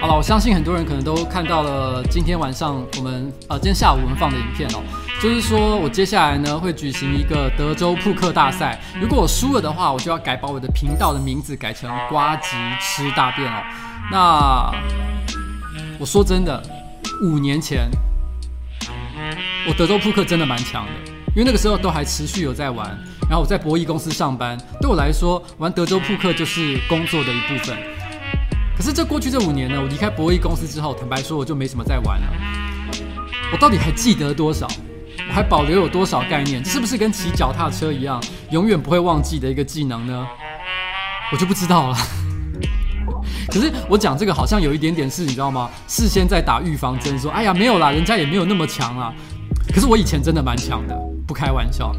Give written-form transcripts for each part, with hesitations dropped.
好了，我相信很多人可能都看到了今天晚上我们今天下午我们放的影片哦，就是说我接下来呢会举行一个德州扑克大赛，如果我输了的话，我就要把我的频道的名字改成呱吉吃大便哦。那我说真的，5年前我德州扑克真的蛮强的，因为那个时候都还持续有在玩，然后我在博弈公司上班，对我来说玩德州扑克就是工作的一部分。可是过去这5年呢，我离开博弈公司之后，坦白说我就没什么在玩了。我到底还记得多少？我还保留有多少概念？这是不是跟骑脚踏车一样，永远不会忘记的一个技能呢？我就不知道了。可是我讲这个好像有一点点是，你知道吗？事先在打预防针，说哎呀没有啦，人家也没有那么强啦。可是我以前真的蛮强的，不开玩笑。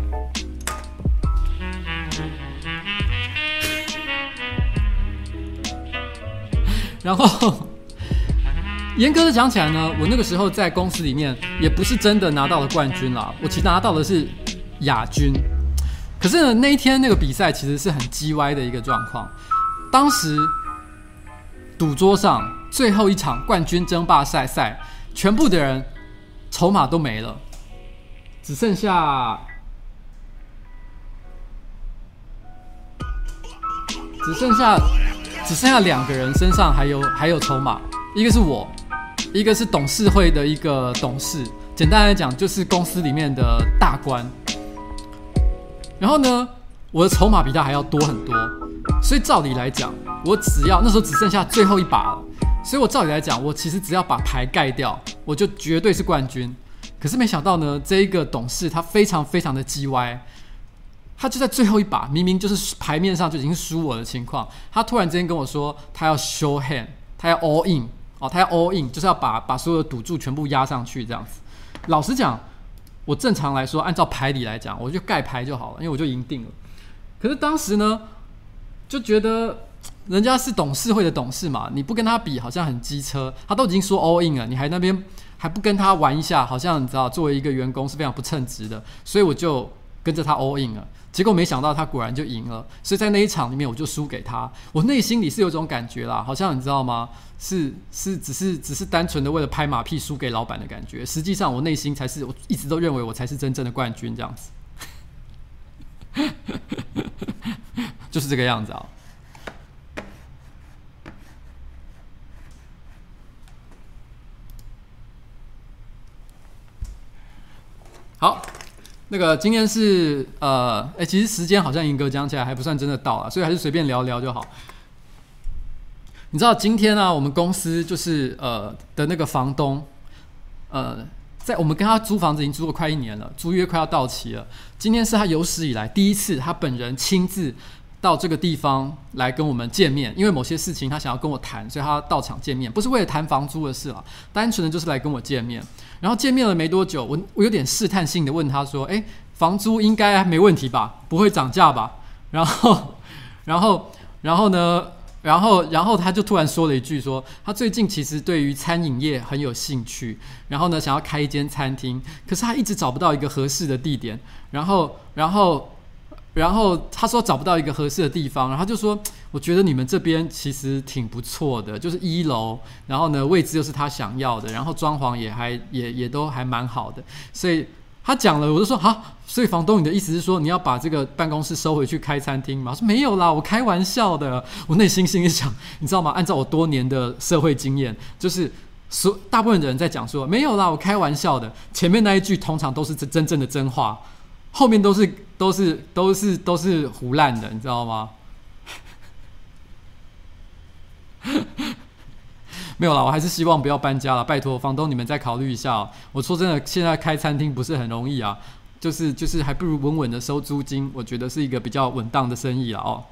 然后严格的讲起来呢，我那个时候在公司里面也不是真的拿到了冠军啦，我其实拿到的是亚军。可是呢，那一天那个比赛其实是很鸡歪的一个状况。当时赌桌上最后一场冠军争霸赛，全部的人筹码都没了，只剩下2个人身上还有筹码，一个是我，一个是董事会的一个董事，简单来讲就是公司里面的大官。然后呢，我的筹码比他还要多很多，所以照理来讲，我那时候只剩下最后一把了，所以我照理来讲，我其实只要把牌盖掉，我就绝对是冠军。可是没想到呢，这一个董事他非常非常的鸡歪。他就在最后一把，明明就是牌面上就已经输我的情况，他突然之间跟我说，他要 show hand， 他要 all in， 他要 all in， 就是要把所有的赌注全部压上去这样子。老实讲，我正常来说，按照牌理来讲，我就盖牌就好了，因为我就赢定了。可是当时呢，就觉得人家是董事会的董事嘛，你不跟他比，好像很机车。他都已经说 all in 了，你还那边还不跟他玩一下，好像你知道，作为一个员工是非常不称职的。所以我就跟着他 all in 了。结果没想到他果然就赢了，所以在那一场里面我就输给他。我内心里是有种感觉啦，好像你知道吗？只是单纯的为了拍马屁输给老板的感觉。实际上我内心才是，我一直都认为我才是真正的冠军这样子，就是这个样子啊。好。那个今天是其实时间好像严格讲起来还不算真的到了，所以还是随便聊聊就好。你知道今天啊，我们公司就是的那个房东，在我们跟他租房子已经租了快1年了，租约快要到期了。今天是他有史以来第一次，他本人亲自到这个地方来跟我们见面，因为某些事情他想要跟我谈，所以他到场见面，不是为了谈房租的事啦，单纯的就是来跟我见面。然后见面了没多久，我有点试探性的问他说：“房租应该没问题吧？不会涨价吧？”然后他就突然说了一句说，他最近其实对于餐饮业很有兴趣，然后呢想要开一间餐厅，可是他一直找不到一个合适的地点，然后他说找不到一个合适的地方，然后他就说，我觉得你们这边其实挺不错的，就是1楼，然后呢位置又是他想要的，然后装潢也都还蛮好的，所以他讲了，我就说好，所以房东你的意思是说你要把这个办公室收回去开餐厅吗？我说没有啦，我开玩笑的。我内心里想，你知道吗？按照我多年的社会经验，就是大部分的人在讲说没有啦，我开玩笑的，前面那一句通常都是真正的真话，后面都是胡乱的，你知道吗？没有啦，我还是希望不要搬家了，拜托房东你们再考虑一下哦。我说真的，现在开餐厅不是很容易啊，就是还不如稳稳的收租金，我觉得是一个比较稳当的生意啦哦。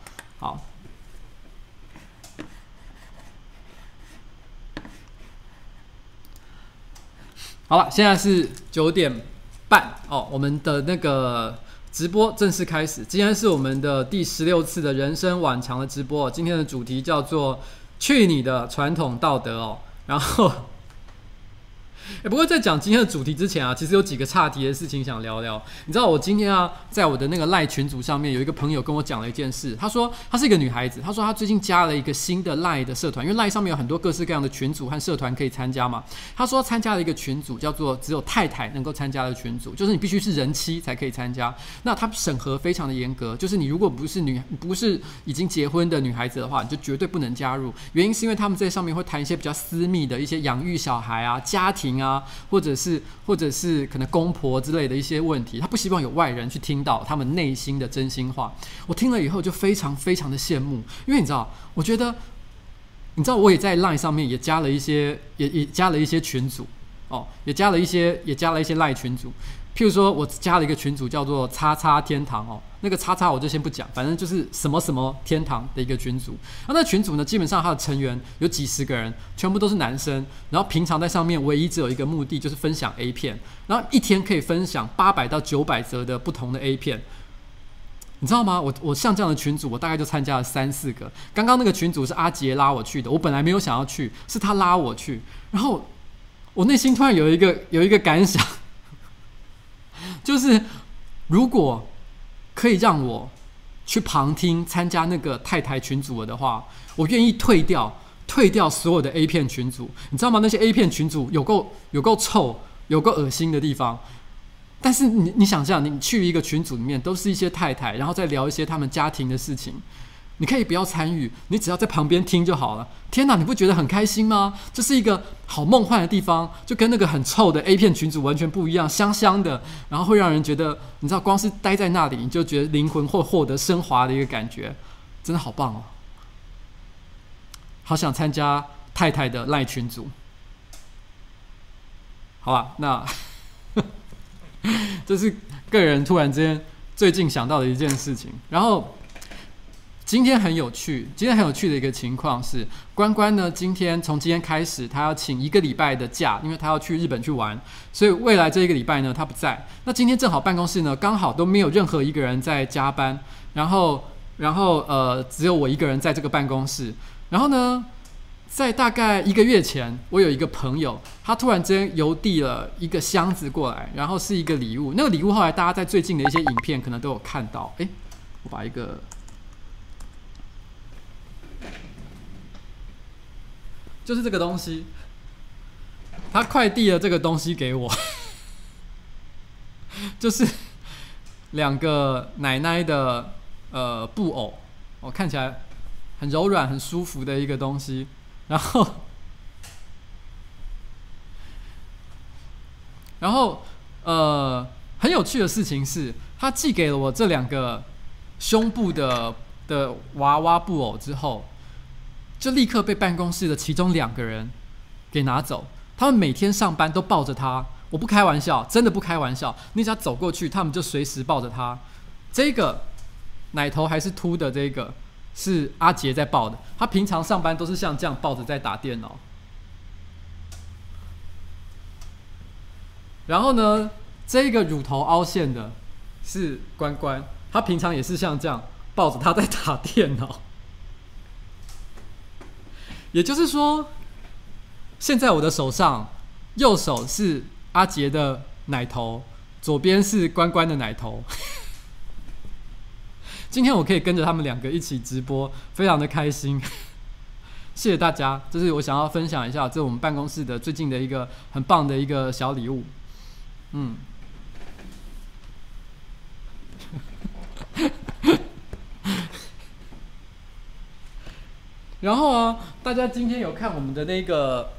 好了，现在是9点半哦，我们的那个直播正式开始。今天是我们的第16次的人生晚长的直播，今天的主题叫做去你的传统道德哦。然后不过在讲今天的主题之前啊，其实有几个岔题的事情想聊聊。你知道我今天啊，在我的那个赖群组上面有一个朋友跟我讲了一件事，他说她是一个女孩子，她说她最近加了一个新的赖的社团，因为赖上面有很多各式各样的群组和社团可以参加嘛。她说参加了一个群组，叫做只有太太能够参加的群组，就是你必须是人妻才可以参加。那他审核非常的严格，就是你如果不是已经结婚的女孩子的话，你就绝对不能加入。原因是因为他们在上面会谈一些比较私密的一些养育小孩啊、家庭啊，或者是可能公婆之类的一些问题，他不希望有外人去听到他们内心的真心话。我听了以后就非常非常的羡慕，因为你知道，我觉得，你知道我也在 LINE 上面也加了一些，也加了一些群组哦，也加了一些 LINE 群组。譬如说，我加了一个群组叫做"叉叉天堂"哦，那个叉叉我就先不讲，反正就是什么什么天堂的一个群组。那群组呢，基本上它的成员有几十个人，全部都是男生。然后平常在上面唯一只有一个目的，就是分享 A 片。然后一天可以分享800到900则的不同的 A 片。你知道吗？我像这样的群组，我大概就参加了3、4个。刚刚那个群组是阿杰拉我去的，我本来没有想要去，是他拉我去。然后我内心突然有一个感想。就是如果可以让我去旁听参加那个太太群组的话，我愿意退掉所有的 A 片群组。你知道吗？那些 A 片群组有够臭，有够恶心的地方。但是你想象，你去一个群组里面都是一些太太，然后再聊一些他们家庭的事情。你可以不要参与，你只要在旁边听就好了。天哪，你不觉得很开心吗？这是一个好梦幻的地方，就跟那个很臭的 A 片群组完全不一样，香香的，然后会让人觉得，你知道，光是待在那里，你就觉得灵魂会获得升华的一个感觉，真的好棒哦！好想参加太太的赖群组。好吧，那这是个人突然之间最近想到的一件事情，然后。今天很有趣的一个情况是，关关呢，从今天开始，他要请1个礼拜的假，因为他要去日本去玩，所以未来这1个礼拜呢，他不在。那今天正好办公室呢，刚好都没有任何一个人在加班，然后只有我一个人在这个办公室。然后呢，在大概1个月前，我有一个朋友，他突然之间邮递了一个箱子过来，然后是一个礼物。那个礼物后来大家在最近的一些影片可能都有看到。我把一个。就是这个东西，他快递了这个东西给我，就是2个奶奶的布偶，看起来很柔软、很舒服的一个东西。然后很有趣的事情是，他寄给了我这2个胸部的娃娃布偶之后。就立刻被办公室的其中2个人给拿走。他们每天上班都抱着他，我不开玩笑，真的不开玩笑。你只要走过去，他们就随时抱着他。这个奶头还是凸的，这个是阿杰在抱的。他平常上班都是像这样抱着在打电脑。然后呢，这个乳头凹陷的是关关，他平常也是像这样抱着他在打电脑。也就是说，现在我的手上，右手是阿杰的奶头，左边是关关的奶头。今天我可以跟着他们2个一起直播，非常的开心。谢谢大家，这是我想要分享一下，这是我们办公室的最近的一个很棒的一个小礼物。然后啊，大家今天有看我们的那个，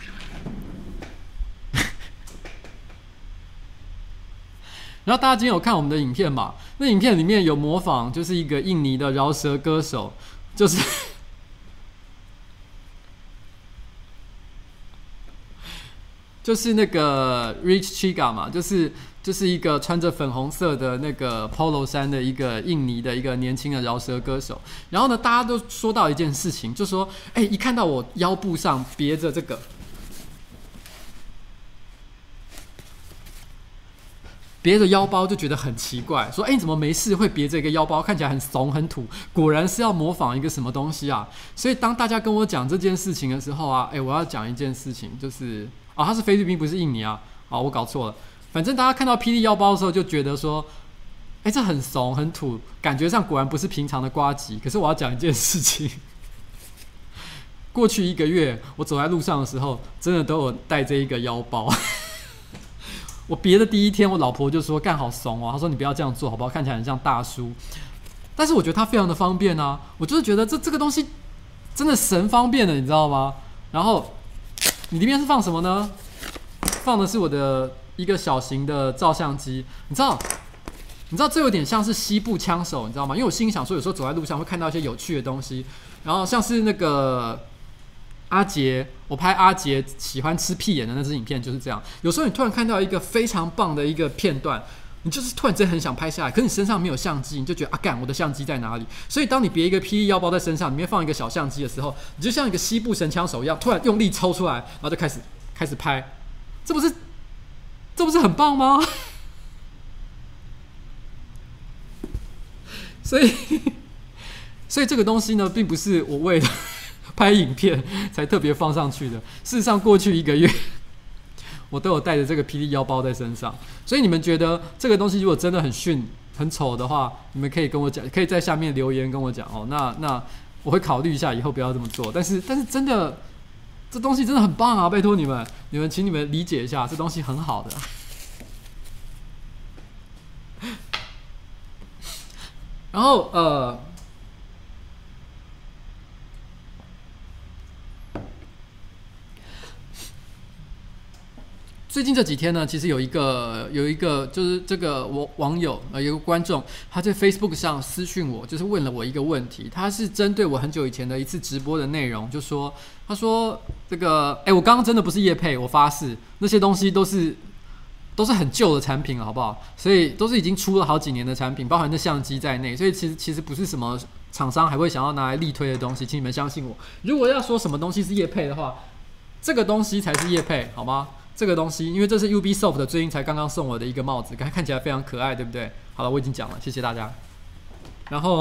然后大家今天有看我们的影片嘛？那影片里面有模仿，就是一个印尼的饶舌歌手，就是那个 Rich Chiga 嘛，就是一个穿着粉红色的那个 polo 衫的一个印尼的一个年轻的饶舌歌手。然后呢，大家都说到一件事情，就说，一看到我腰部上别着这个，别着腰包就觉得很奇怪，说，你怎么没事会别着一个腰包，看起来很怂很土，果然是要模仿一个什么东西啊。所以当大家跟我讲这件事情的时候啊，我要讲一件事情，就是他是菲律宾不是印尼啊，我搞错了。反正大家看到霹雳腰包的时候就觉得说，这很怂很土，感觉上果然不是平常的呱吉。可是我要讲一件事情，过去1个月我走在路上的时候，真的都有带这一个腰包。我别的第一天，我老婆就说干好怂哦，她说你不要这样做好不好，看起来很像大叔。但是我觉得它非常的方便啊，我就是觉得这个东西真的神方便了，你知道吗？然后你里面是放什么呢？放的是我的一个小型的照相机，你知道这有点像是西部枪手，你知道吗？因为我心想说，有时候走在路上会看到一些有趣的东西，然后像是那个阿杰，我拍阿杰喜欢吃屁眼的那支影片就是这样。有时候你突然看到一个非常棒的一个片段，你就是突然之间很想拍下来，可是你身上没有相机，你就觉得干我的相机在哪里？所以当你别一个霹雳腰包在身上，里面放一个小相机的时候，你就像一个西部神枪手一样，突然用力抽出来，然后就开始拍，这不是很棒吗？所以这个东西呢，并不是我为了拍影片才特别放上去的。事实上，过去1个月，我都有带着这个霹雳腰包在身上。所以你们觉得这个东西如果真的很逊、很丑的话，你们可以跟我讲，可以在下面留言跟我讲哦。那我会考虑一下，以后不要这么做。但是真的，这东西真的很棒啊！拜托你们，请你们理解一下，这东西很好的。然后最近这几天呢，其实有一个就是这个网友有一个观众，他在 Facebook 上私讯我，就是问了我一个问题，他是针对我很久以前的一次直播的内容，他说这个我刚刚真的不是业配，我发誓那些东西都是很旧的产品了，好不好？所以都是已经出了好几年的产品，包含这相机在内，所以其实不是什么厂商还会想要拿来力推的东西，请你们相信我。如果要说什么东西是业配的话，这个东西才是业配，好吗？这个东西，因为这是 Ubisoft 最近才刚刚送我的一个帽子，看起来非常可爱，对不对？好了，我已经讲了，谢谢大家。然后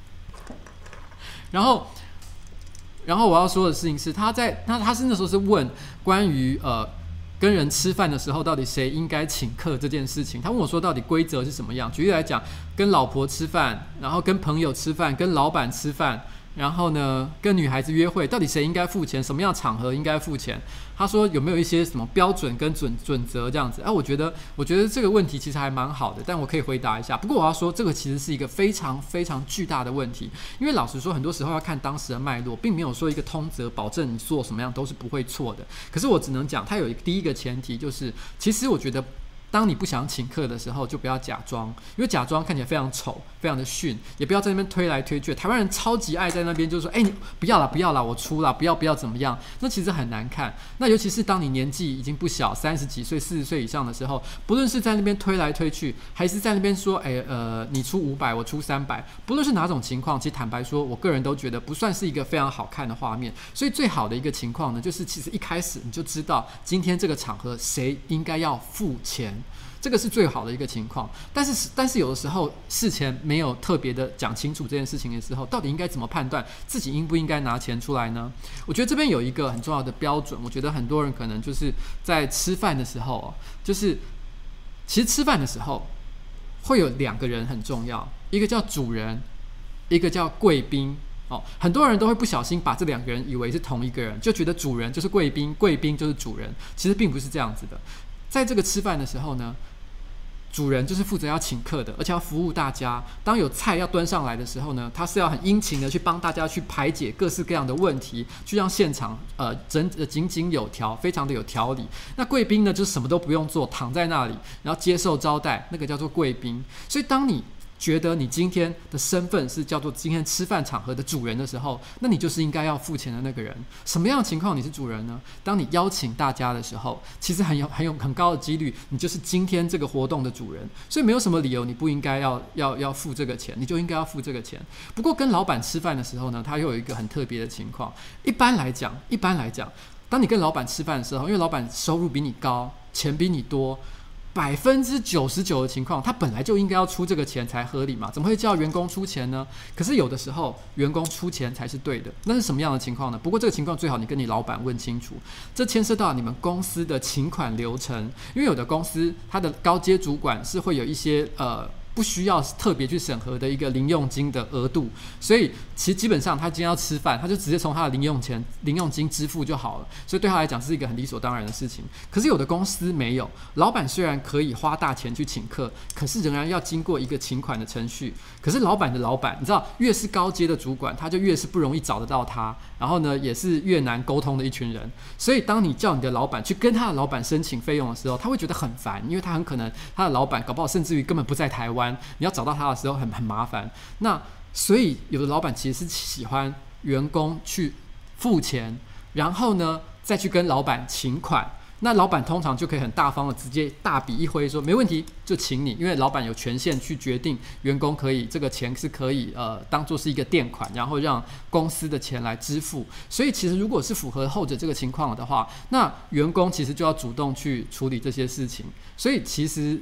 我要说的事情是，他是那时候是问关于跟人吃饭的时候，到底谁应该请客这件事情。他问我说，到底规则是什么样？举例来讲，跟老婆吃饭，然后跟朋友吃饭，跟老板吃饭，然后呢，跟女孩子约会，到底谁应该付钱？什么样的场合应该付钱？他说有没有一些什么标准跟准则这样子？我觉得这个问题其实还蛮好的，但我可以回答一下。不过我要说，这个其实是一个非常非常巨大的问题，因为老实说，很多时候要看当时的脉络，并没有说一个通则保证你做什么样都是不会错的。可是我只能讲，它有一个第一个前提，就是其实我觉得，当你不想请客的时候，就不要假装，因为假装看起来非常丑，非常的逊，也不要在那边推来推去。台湾人超级爱在那边就是说，你不要啦，我出啦，不要怎么样，那其实很难看。那尤其是当你年纪已经不小，30几岁、40岁以上的时候，不论是在那边推来推去，还是在那边说，你出500，我出300，不论是哪种情况，其实坦白说，我个人都觉得不算是一个非常好看的画面。所以最好的一个情况呢，就是其实一开始你就知道今天这个场合谁应该要付钱。这个是最好的一个情况，但是有的时候事前没有特别的讲清楚这件事情的时候，到底应该怎么判断自己应不应该拿钱出来呢？我觉得这边有一个很重要的标准，我觉得很多人可能就是在吃饭的时候，就是其实吃饭的时候会有2个人很重要，一个叫主人，一个叫贵宾。很多人都会不小心把这2个人以为是同一个人，就觉得主人就是贵宾，贵宾就是主人，其实并不是这样子的。在这个吃饭的时候呢，主人就是负责要请客的，而且要服务大家。当有菜要端上来的时候呢，他是要很殷勤的去帮大家去排解各式各样的问题，去让现场井井有条，非常的有条理。那贵宾呢，就是什么都不用做，躺在那里，然后接受招待，那个叫做贵宾。所以当你觉得你今天的身份是叫做今天吃饭场合的主人的时候，那你就是应该要付钱的那个人。什么样的情况你是主人呢？当你邀请大家的时候，其实很高的几率，你就是今天这个活动的主人。所以没有什么理由你不应该要付这个钱，你就应该要付这个钱。不过跟老板吃饭的时候呢，他又有一个很特别的情况。一般来讲，当你跟老板吃饭的时候，因为老板收入比你高，钱比你多， 99%的情况，他本来就应该要出这个钱才合理嘛，怎么会叫员工出钱呢？可是有的时候员工出钱才是对的，那是什么样的情况呢？不过这个情况最好你跟你老板问清楚，这牵涉到你们公司的请款流程，因为有的公司它的高阶主管是会有一些不需要特别去审核的一个零用金的额度，所以其实基本上他今天要吃饭，他就直接从他的零用金支付就好了，所以对他来讲是一个很理所当然的事情。可是有的公司没有，老板虽然可以花大钱去请客，可是仍然要经过一个请款的程序。可是老板的老板，你知道，越是高阶的主管，他就越是不容易找得到他，然后呢，也是越难沟通的一群人。所以当你叫你的老板去跟他的老板申请费用的时候，他会觉得很烦，因为他很可能他的老板搞不好甚至于根本不在台湾。你要找到他的时候很麻烦，那所以有的老板其实是喜欢员工去付钱，然后呢再去跟老板请款。那老板通常就可以很大方的直接大笔一挥说没问题就请你，因为老板有权限去决定员工可以这个钱是可以当作是一个垫款，然后让公司的钱来支付。所以其实如果是符合后者这个情况的话，那员工其实就要主动去处理这些事情。所以其实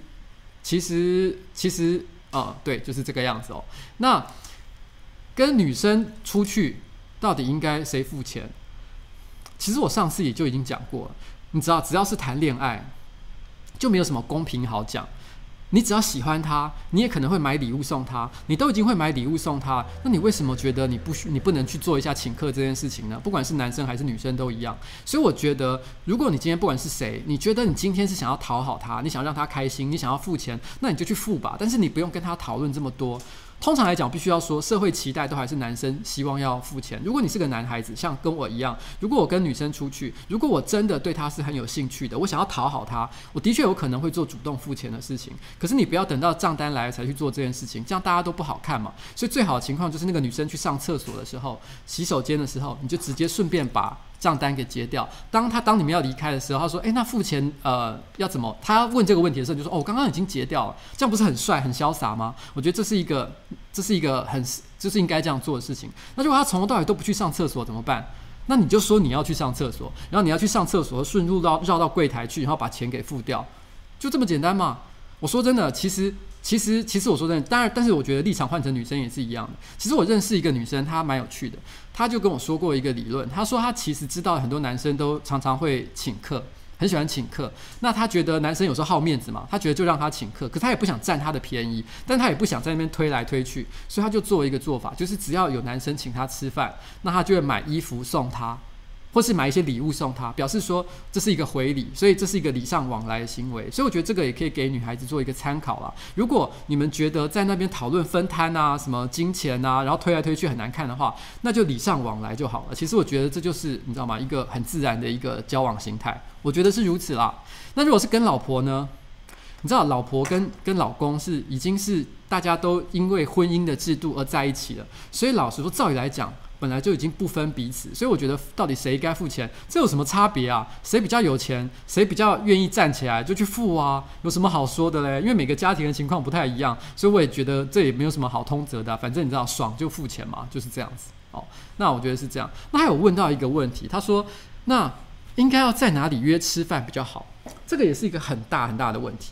对，就是这个样子哦。那跟女生出去到底应该谁付钱？其实我上次也就已经讲过了，你知道，只要是谈恋爱，就没有什么公平好讲。你只要喜欢他，你也可能会买礼物送他，你都已经会买礼物送他，那你为什么觉得你不能去做一下请客这件事情呢？不管是男生还是女生都一样。所以我觉得，如果你今天不管是谁，你觉得你今天是想要讨好他，你想让他开心，你想要付钱，那你就去付吧，但是你不用跟他讨论这么多。通常来讲，必须要说，社会期待都还是男生希望要付钱。如果你是个男孩子，像跟我一样，如果我跟女生出去，如果我真的对她是很有兴趣的，我想要讨好她，我的确有可能会做主动付钱的事情。可是你不要等到账单来了才去做这件事情，这样大家都不好看嘛。所以最好的情况就是那个女生去上厕所的时候、洗手间的时候，你就直接顺便把账单给结掉。当你们要离开的时候，他说：“那付钱要怎么？”他问这个问题的时候，你就说：“我刚刚已经结掉了。”这样不是很帅、很潇洒吗？我觉得这是一个就是应该这样做的事情。那如果他从头到尾都不去上厕所怎么办？那你就说你要去上厕所，然后你要去上厕所，顺路绕到柜台去，然后把钱给付掉，就这么简单嘛。我说真的，其实我说真的，当然，但是我觉得立场换成女生也是一样的。其实我认识一个女生，她蛮有趣的，她就跟我说过一个理论，她说她其实知道很多男生都常常会请客，很喜欢请客。那她觉得男生有时候好面子嘛，她觉得就让他请客，可她也不想占他的便宜，但她也不想在那边推来推去，所以她就做一个做法，就是只要有男生请她吃饭，那她就会买衣服送他。或是买一些礼物送他，表示说这是一个回礼，所以这是一个礼尚往来的行为。所以我觉得这个也可以给女孩子做一个参考啦。如果你们觉得在那边讨论分摊啊、什么金钱啊，然后推来推去很难看的话，那就礼尚往来就好了。其实我觉得这就是你知道吗？一个很自然的一个交往形态，我觉得是如此啦。那如果是跟老婆呢？你知道老婆跟老公已经是大家都因为婚姻的制度而在一起了，所以老实说，照理来讲，本来就已经不分彼此，所以我觉得到底谁该付钱，这有什么差别啊？谁比较有钱，谁比较愿意站起来就去付啊，有什么好说的嘞？因为每个家庭的情况不太一样，所以我也觉得这也没有什么好通则的反正你知道，爽就付钱嘛，就是这样子。那我觉得是这样。那还有问到一个问题，他说，那应该要在哪里约吃饭比较好？这个也是一个很大很大的问题。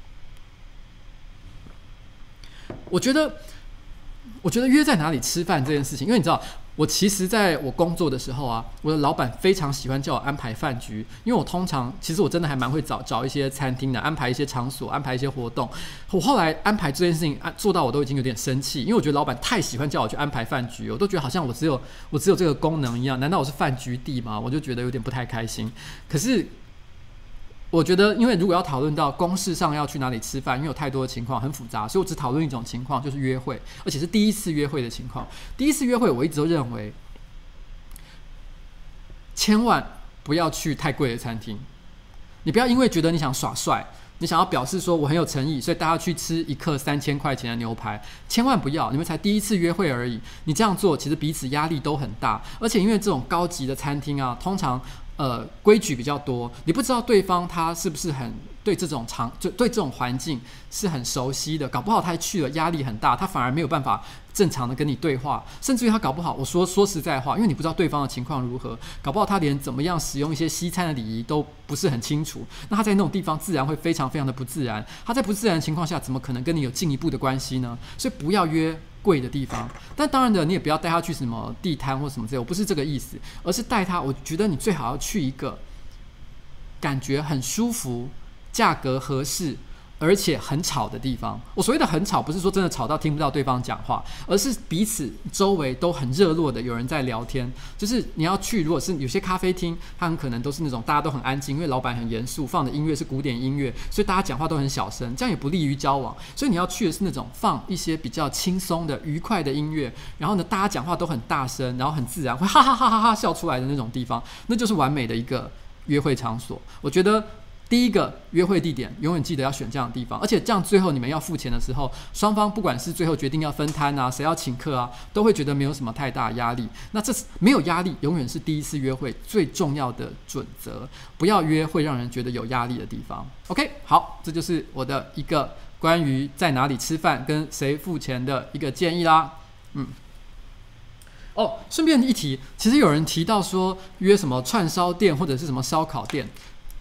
我觉得约在哪里吃饭这件事情，因为你知道，我其实在我工作的时候啊，我的老板非常喜欢叫我安排饭局，因为我通常其实我真的还蛮会找一些餐厅的，安排一些场所，安排一些活动。我后来安排这件事情做到我都已经有点生气，因为我觉得老板太喜欢叫我去安排饭局，我都觉得好像我只有这个功能一样，难道我是饭局帝吗？我就觉得有点不太开心。可是我觉得，因为如果要讨论到公事上要去哪里吃饭，因为有太多的情况很复杂，所以我只讨论一种情况，就是约会，而且是第一次约会的情况。第一次约会，我一直都认为，千万不要去太贵的餐厅。你不要因为觉得你想耍帅，你想要表示说我很有诚意，所以大家去吃一客3000块钱的牛排，千万不要！你们才第一次约会而已，你这样做其实彼此压力都很大，而且因为这种高级的餐厅啊，通常规矩比较多，你不知道对方他是不是很对这种环境是很熟悉的，搞不好他去了压力很大，他反而没有办法正常的跟你对话，甚至于他搞不好，我说实在话，因为你不知道对方的情况如何，搞不好他连怎么样使用一些西餐的礼仪都不是很清楚，那他在那种地方自然会非常非常的不自然，他在不自然的情况下怎么可能跟你有进一步的关系呢？所以不要约贵的地方，但当然的，你也不要带他去什么地摊或什么之类，我不是这个意思，而是带他，我觉得你最好要去一个感觉很舒服、价格合适而且很吵的地方。我所谓的很吵，不是说真的吵到听不到对方讲话，而是彼此周围都很热络的有人在聊天。就是你要去，如果是有些咖啡厅，它很可能都是那种大家都很安静，因为老板很严肃，放的音乐是古典音乐，所以大家讲话都很小声，这样也不利于交往。所以你要去的是那种放一些比较轻松的、愉快的音乐，然后呢，大家讲话都很大声，然后很自然，会哈哈哈哈哈笑出来的那种地方，那就是完美的一个约会场所。我觉得第一个约会地点永远记得要选这样的地方，而且这样最后你们要付钱的时候，双方不管是最后决定要分摊啊，谁要请客啊，都会觉得没有什么太大压力。那这没有压力永远是第一次约会最重要的准则，不要约会让人觉得有压力的地方。 OK， 好，这就是我的一个关于在哪里吃饭跟谁付钱的一个建议啦。顺便一提，其实有人提到说约什么串烧店或者是什么烧烤店，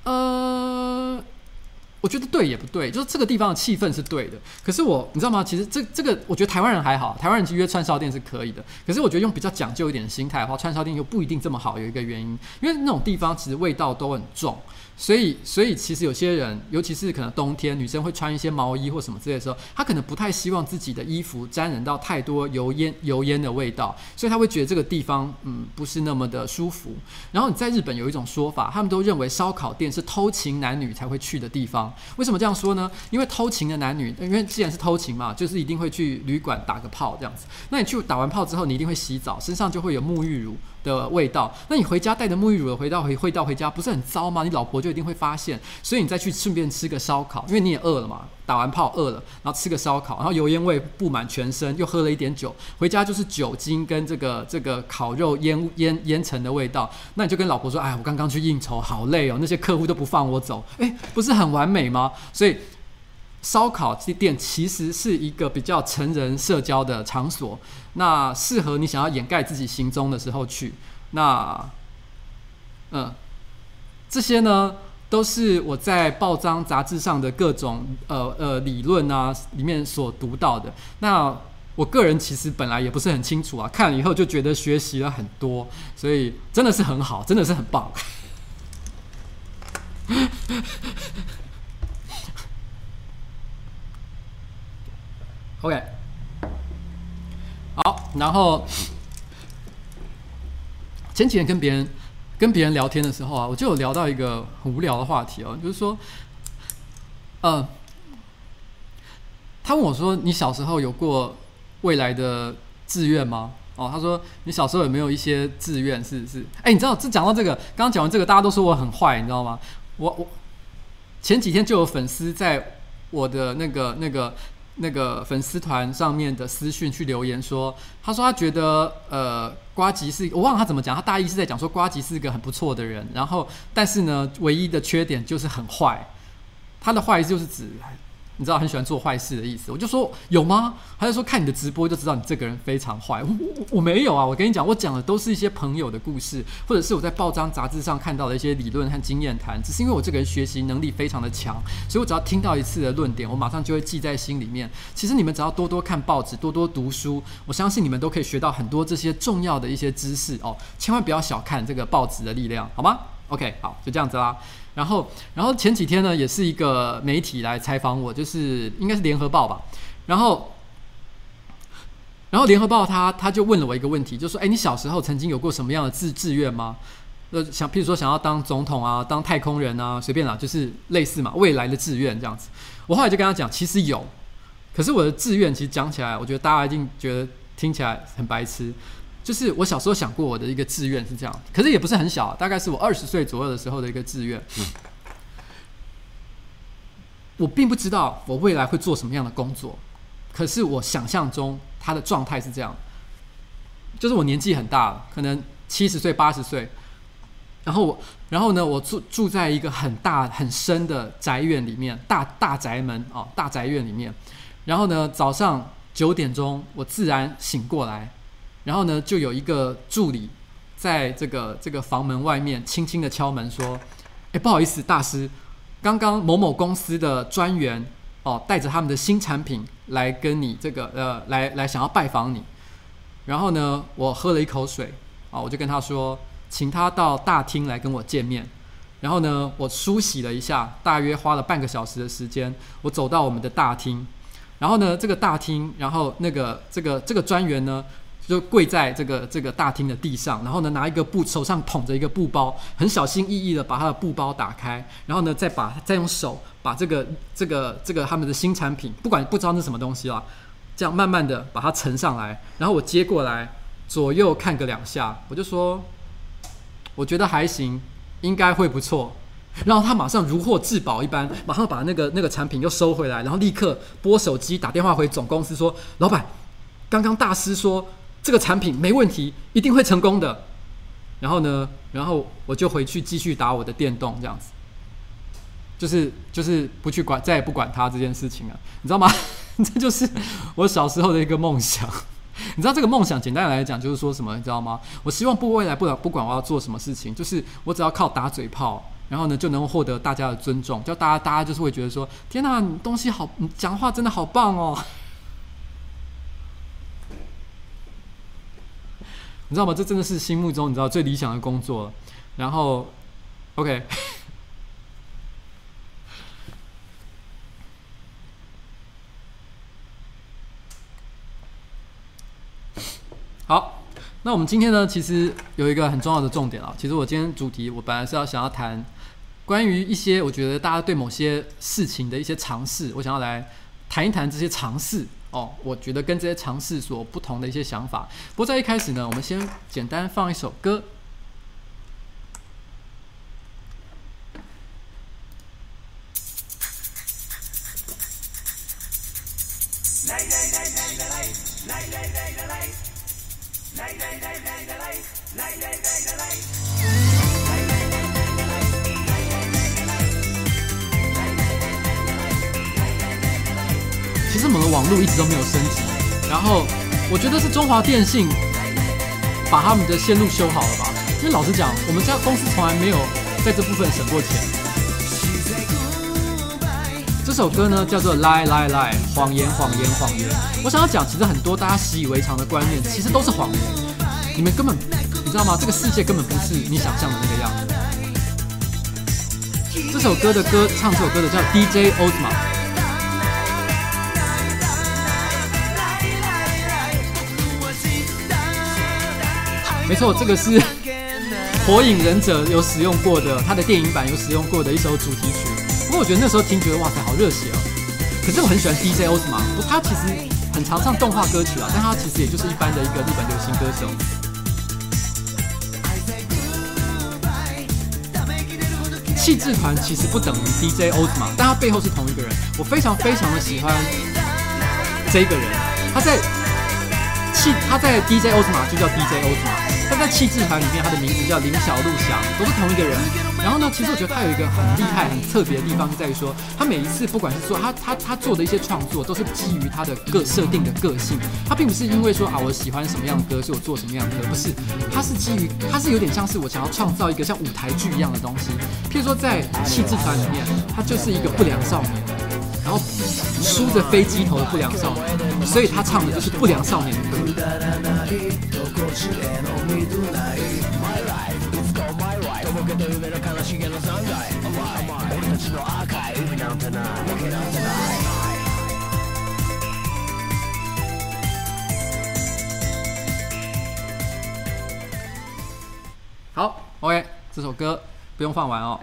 我觉得对也不对，就是这个地方的气氛是对的。可是你知道吗？其实这个，我觉得台湾人还好，台湾人去约串烧店是可以的。可是我觉得用比较讲究一点的心态的话，串烧店又不一定这么好。有一个原因，因为那种地方其实味道都很重。所以其实有些人，尤其是可能冬天，女生会穿一些毛衣或什么之类的时候，她可能不太希望自己的衣服沾染到太多油烟的味道，所以她会觉得这个地方不是那么的舒服。然后你在日本有一种说法，他们都认为烧烤店是偷情男女才会去的地方。为什么这样说呢？因为偷情的男女，因为既然是偷情嘛，就是一定会去旅馆打个炮这样子。那你去打完炮之后，你一定会洗澡，身上就会有沐浴乳的味道。那你回家带着沐浴乳的味道回家，不是很糟吗？你老婆就一定会发现。所以你再去顺便吃个烧烤，因为你也饿了嘛，打完炮饿了，然后吃个烧烤，然后油烟味布满全身，又喝了一点酒，回家就是酒精跟这个烤肉烟尘的味道。那你就跟老婆说：“哎，我刚刚去应酬，好累哦，那些客户都不放我走。”不是很完美吗？所以烧烤店其实是一个比较成人社交的场所，那适合你想要掩盖自己行踪的时候去。那这些呢，都是我在报章杂志上的各种理论啊里面所读到的。那我个人其实本来也不是很清楚啊，看了以后就觉得学习了很多，所以真的是很好，真的是很棒。OK， 好，然后前几天跟别人聊天的时候啊，我就有聊到一个很无聊的话题哦，就是说，他问我说：“你小时候有过未来的志愿吗？”他说：“你小时候有没有一些志愿？是？你知道，讲到这个，刚刚讲完这个，大家都说我很坏，你知道吗？我前几天就有粉丝在我的那个粉丝团上面的私讯去留言说，他说他觉得呱吉是，我忘了他怎么讲，他大意是在讲说呱吉是一个很不错的人，然后但是呢，唯一的缺点就是很坏。他的坏就是指你知道很喜欢做坏事的意思。我就说有吗？他就说看你的直播就知道你这个人非常坏。我没有啊，我跟你讲，我讲的都是一些朋友的故事，或者是我在报章杂志上看到的一些理论和经验谈。只是因为我这个人学习能力非常的强，所以我只要听到一次的论点，我马上就会记在心里面。其实你们只要多多看报纸，多多读书，我相信你们都可以学到很多这些重要的一些知识哦。千万不要小看这个报纸的力量，好吗？ OK， 好，就这样子啦。然后前几天呢，也是一个媒体来采访我，就是应该是联合报吧。然后联合报他就问了我一个问题，就说：“你小时候曾经有过什么样的志愿吗？譬如说想要当总统啊，当太空人啊，随便啦，就是类似嘛，未来的志愿这样子。”我后来就跟他讲，其实有，可是我的志愿其实讲起来，我觉得大家一定觉得听起来很白痴。就是我小时候想过我的一个志愿是这样，可是也不是很小，大概是我20岁左右的时候的一个志愿。我并不知道我未来会做什么样的工作，可是我想象中他的状态是这样，就是我年纪很大了，可能70岁、80岁，然后呢，我住在一个很大很深的宅院里面，大宅门大宅院里面，然后呢，早上 9点钟我自然醒过来，然后呢就有一个助理在这个房门外面轻轻的敲门说：不好意思，大师，刚刚某某公司的专员带着他们的新产品来跟你来想要拜访你。然后呢，我喝了一口水我就跟他说，请他到大厅来跟我见面。然后呢，我梳洗了一下，大约花了半个小时的时间，我走到我们的大厅。然后呢，这个大厅，然后这个专员呢，就跪在这个大厅的地上，然后呢拿一个手上捧着一个布包，很小心翼翼的把他的布包打开，然后呢再用手把这个他们的新产品，不知道那是什么东西啦，这样慢慢的把它盛上来，然后我接过来，左右看个2下，我就说，我觉得还行，应该会不错。然后他马上如获至宝一般，马上把那个产品又收回来，然后立刻拨手机打电话回总公司说，老板，刚刚大师说这个产品没问题，一定会成功的。然后我就回去继续打我的电动，这样子，就是不去管，再也不管他这件事情了，你知道吗？这就是我小时候的一个梦想。你知道这个梦想简单来讲就是说什么，你知道吗？我希望未来不管我要做什么事情，就是我只要靠打嘴炮，然后呢就能获得大家的尊重，就大家就是会觉得说，天哪，你东西好，你讲话真的好棒哦。你知道吗？这真的是心目中你知道最理想的工作了。然后 OK 好，那我们今天呢其实有一个很重要的重点其实我今天主题我本来是想要谈关于一些我觉得大家对某些事情的一些尝试，我想要来谈一谈这些尝试我觉得跟这些尝试所不同的一些想法。不过在一开始呢，我们先简单放一首歌。其实我们的网络一直都没有升级，然后我觉得是中华电信把他们的线路修好了吧？因为老实讲，我们家公司从来没有在这部分省过钱。这首歌呢叫做 Lie Lie Lie， 谎言谎言谎言。我想要讲，其实很多大家习以为常的观念，其实都是谎言。你们根本你知道吗？这个世界根本不是你想象的那个样子。这首歌的唱这首歌的叫 DJ Ozma。没错，这个是《火影忍者》有使用过的，他的电影版有使用过的一首主题曲。不过我觉得那时候听觉得哇塞，好热血哦！可是我很喜欢 DJ Ozma， 他其实很常唱动画歌曲但他其实也就是一般的一个日本流行歌手。气质团其实不等于 DJ Ozma， 但他背后是同一个人。我非常非常的喜欢这个人，他在 DJ Ozma 就叫 DJ Ozma。他在气质团里面，他的名字叫林小鹿翔，都是同一个人。然后呢，其实我觉得他有一个很厉害、很特别的地方，在于说，他每一次不管是做他做的一些创作，都是基于他的设定的个性。他并不是因为说我喜欢什么样的歌，所以我做什么样的歌，不是。他是有点像是我想要创造一个像舞台剧一样的东西。譬如说，在气质团里面，他就是一个不良少年。然后梳着飞机头的不良少年，所以他唱的就是不良少年的歌。好 ，OK， 这首歌不用放完哦。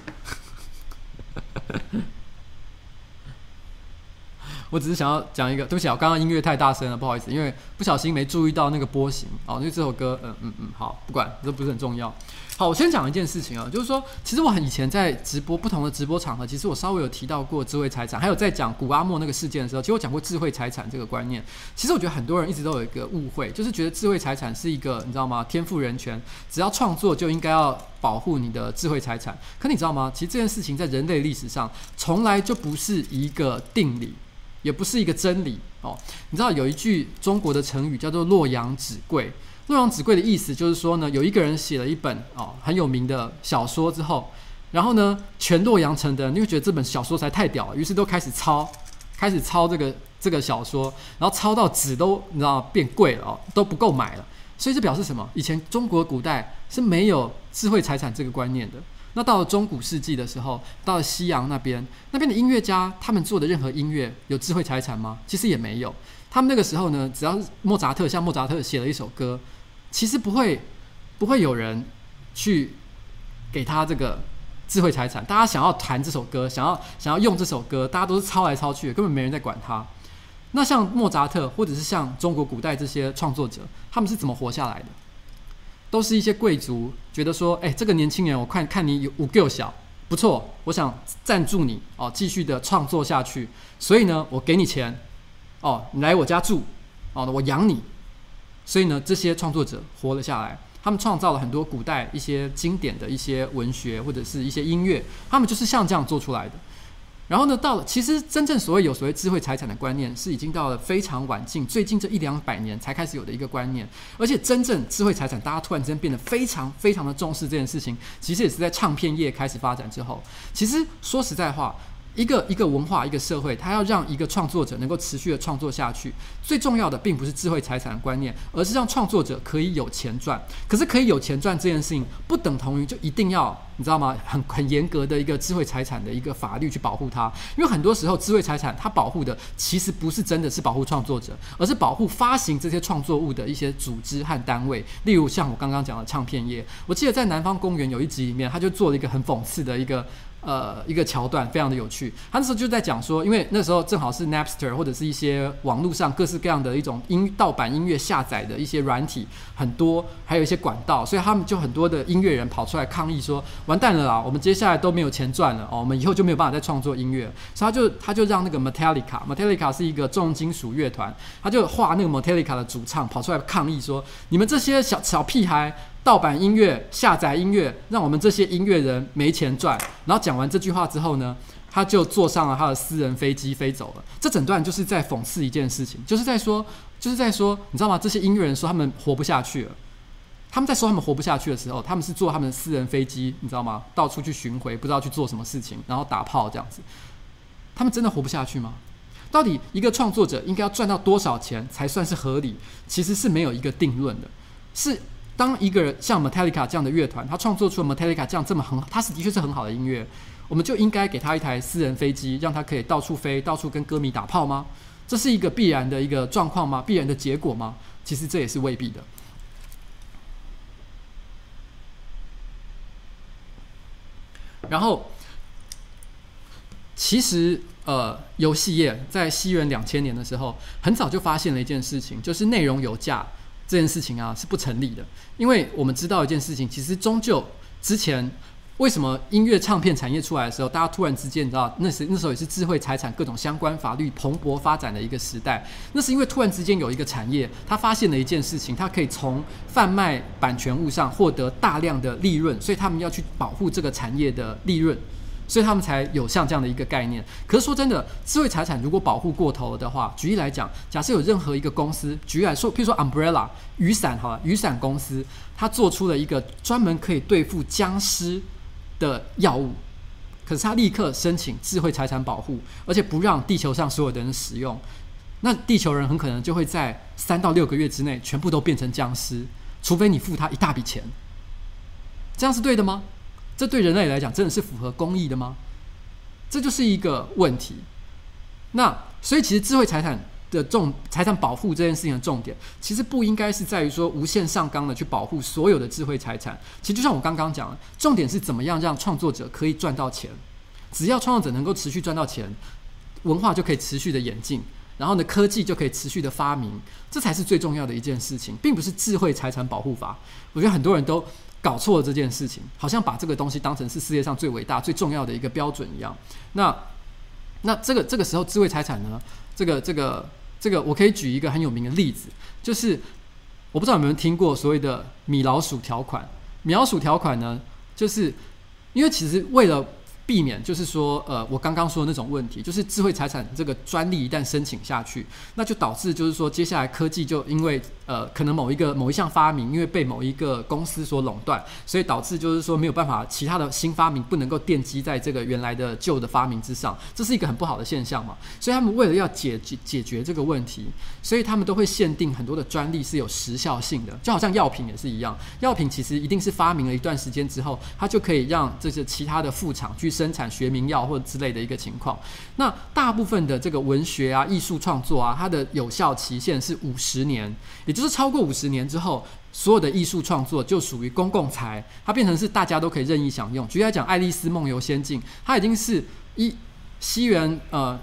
我只是想要讲一个，对不起，我刚刚音乐太大声了，不好意思，因为不小心没注意到那个波形因为这首歌，好，不管，这不是很重要。好，我先讲一件事情就是说，其实我以前在不同的直播场合，其实我稍微有提到过智慧财产，还有在讲古阿莫那个事件的时候，其实我讲过智慧财产这个观念。其实我觉得很多人一直都有一个误会，就是觉得智慧财产是一个你知道吗？天赋人权，只要创作就应该要保护你的智慧财产。可你知道吗？其实这件事情在人类历史上从来就不是一个定理。也不是一个真理， 你知道有一句中国的成语叫做洛阳纸贵。洛阳纸贵的意思就是说呢，有一个人写了一本很有名的小说之后，然后呢，全洛阳城的人就会觉得这本小说实在太屌了，于是都开始抄这个小说，然后抄到纸都你知道变贵了都不够买了。所以这表示什么？以前中国古代是没有智慧财产这个观念的。那到了中古世纪的时候，到了西洋那边的音乐家，他们做的任何音乐有智慧财产吗？其实也没有。他们那个时候呢，只要是莫扎特写了一首歌，其实不会有人去给他这个智慧财产。大家想要弹这首歌，想要用这首歌，大家都是抄来抄去的，根本没人在管他。那像莫扎特或者是像中国古代这些创作者，他们是怎么活下来的？都是一些贵族觉得说，这个年轻人我看你有够小，不错，我想赞助你继续的创作下去，所以呢，我给你钱你来我家住我养你。所以呢，这些创作者活了下来，他们创造了很多古代一些经典的一些文学或者是一些音乐，他们就是像这样做出来的。然后呢，其实真正所谓智慧财产的观念，是已经到了非常晚近，最近这100-200年才开始有的一个观念。而且真正智慧财产，大家突然之间变得非常非常的重视这件事情，其实也是在唱片业开始发展之后。其实说实在话，一个文化一个社会，它要让一个创作者能够持续的创作下去，最重要的并不是智慧财产的观念，而是让创作者可以有钱赚。可是可以有钱赚这件事情，不等同于就一定要你知道吗？很严格的一个智慧财产的一个法律去保护它。因为很多时候智慧财产它保护的其实不是真的是保护创作者，而是保护发行这些创作物的一些组织和单位。例如像我刚刚讲的唱片业，我记得在南方公园有一集里面，他就做了一个很讽刺的一个桥段，非常的有趣。他那时候就在讲说，因为那时候正好是 Napster 或者是一些网络上各式各样的一种盗版音乐下载的一些软体很多，还有一些管道，所以他们就很多的音乐人跑出来抗议说，完蛋了啦，我们接下来都没有钱赚了我们以后就没有办法再创作音乐。所以他就让那个 Metallica 是一个重金属乐团，他就画那个 Metallica 的主唱跑出来抗议说，你们这些小屁孩盗版音乐下载音乐，让我们这些音乐人没钱赚。然后讲完这句话之后呢，他就坐上了他的私人飞机飞走了。这整段就是在讽刺一件事情，就是在说你知道吗？这些音乐人说他们活不下去了。他们在说他们活不下去的时候，他们是坐他们的私人飞机，你知道吗？到处去巡回，不知道去做什么事情，然后打炮这样子。他们真的活不下去吗？到底一个创作者应该要赚到多少钱才算是合理？其实是没有一个定论的。是当一个人像 Metallica 这样的乐团，他创作出了 Metallica 这样这么他是的确是很好的音乐，我们就应该给他一台私人飞机，让他可以到处飞，到处跟歌迷打炮吗？这是一个必然的一个状况吗？必然的结果吗？其实这也是未必的。然后，其实游戏业在西元2000年的时候，很早就发现了一件事情，就是内容有价这件事情是不成立的。因为我们知道一件事情，其实终究之前为什么音乐唱片产业出来的时候，大家突然之间你知道那时候也是智慧财产各种相关法律蓬勃发展的一个时代。那是因为突然之间有一个产业，他发现了一件事情，他可以从贩卖版权物上获得大量的利润，所以他们要去保护这个产业的利润，所以他们才有像这样的一个概念。可是说真的，智慧财产如果保护过头了的话，举例来讲，假设有任何一个公司，举例来说，譬如说 Umbrella 雨伞好了，雨伞公司，它做出了一个专门可以对付僵尸的药物，可是他立刻申请智慧财产保护，而且不让地球上所有的人使用。那地球人很可能就会在3到6个月之内全部都变成僵尸，除非你付他一大笔钱。这样是对的吗？这对人类来讲真的是符合公义的吗？这就是一个问题。那所以其实智慧财产的财产保护这件事情的重点，其实不应该是在于说无限上纲的去保护所有的智慧财产。其实就像我刚刚讲的，重点是怎么样让创作者可以赚到钱。只要创作者能够持续赚到钱，文化就可以持续的演进，然后呢，科技就可以持续的发明，这才是最重要的一件事情，并不是智慧财产保护法。我觉得很多人都搞错了这件事情，好像把这个东西当成是世界上最伟大、最重要的一个标准一样。那这个时候，智慧财产呢？这个，我可以举一个很有名的例子，就是我不知道有没有听过所谓的米老鼠条款。米老鼠条款呢，就是因为其实为了避免就是说我刚刚说的那种问题，就是智慧财产这个专利一旦申请下去，那就导致就是说接下来科技就因为可能某一项发明因为被某一个公司所垄断，所以导致就是说没有办法其他的新发明不能够奠基在这个原来的旧的发明之上，这是一个很不好的现象嘛。所以他们为了要解决这个问题，所以他们都会限定很多的专利是有时效性的，就好像药品也是一样，药品其实一定是发明了一段时间之后，它就可以让这些其他的副厂去生产学名药或者之类的一个情况。那大部分的这个文学啊、艺术创作啊，它的有效期限是50年，也就是超过50年之后，所有的艺术创作就属于公共财，它变成是大家都可以任意享用。举例来讲，《爱丽丝梦游仙境》，它已经是西元